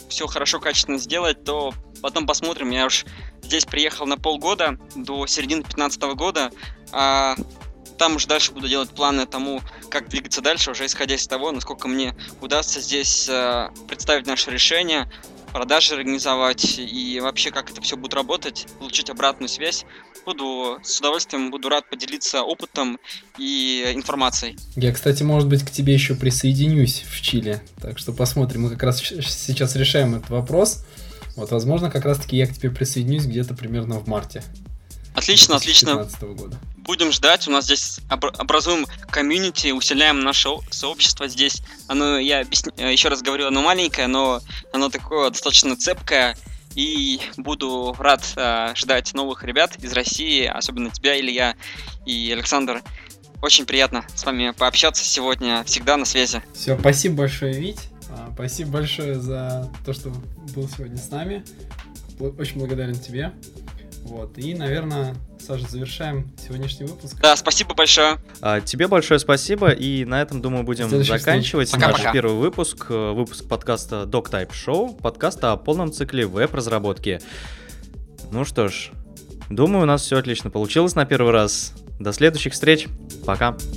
все хорошо, качественно сделать, то потом посмотрим. Я уж здесь приехал на полгода, до середины 2015 года, а там уже дальше буду делать планы тому, как двигаться дальше, уже исходя из того, насколько мне удастся здесь представить наше решение, продажи организовать и вообще как это все будет работать, получить обратную связь. С удовольствием буду рад поделиться опытом и информацией. Я, кстати, может быть, к тебе еще присоединюсь в Чили, так что посмотрим. Мы как раз сейчас решаем этот вопрос. Вот, возможно, как раз-таки я к тебе присоединюсь где-то примерно в марте. Отлично, отлично. 2015 года. Будем ждать. У нас здесь образуем комьюнити, усиляем наше сообщество здесь. Оно, я еще раз говорю, оно маленькое, но оно такое достаточно цепкое. И буду рад ждать новых ребят из России, особенно тебя, Илья и Александр. Очень приятно с вами пообщаться сегодня. Всегда на связи. Все, спасибо большое, Вить. Спасибо большое за то, что был сегодня с нами. Очень благодарен тебе. Вот. И, наверное, Саша, завершаем сегодняшний выпуск. Да, спасибо большое. Тебе большое спасибо. И на этом, думаю, будем заканчивать наш первый выпуск. Выпуск подкаста DocType Show. Подкаста о полном цикле веб-разработки. Ну что ж, думаю, у нас все отлично получилось на первый раз. До следующих встреч. Пока.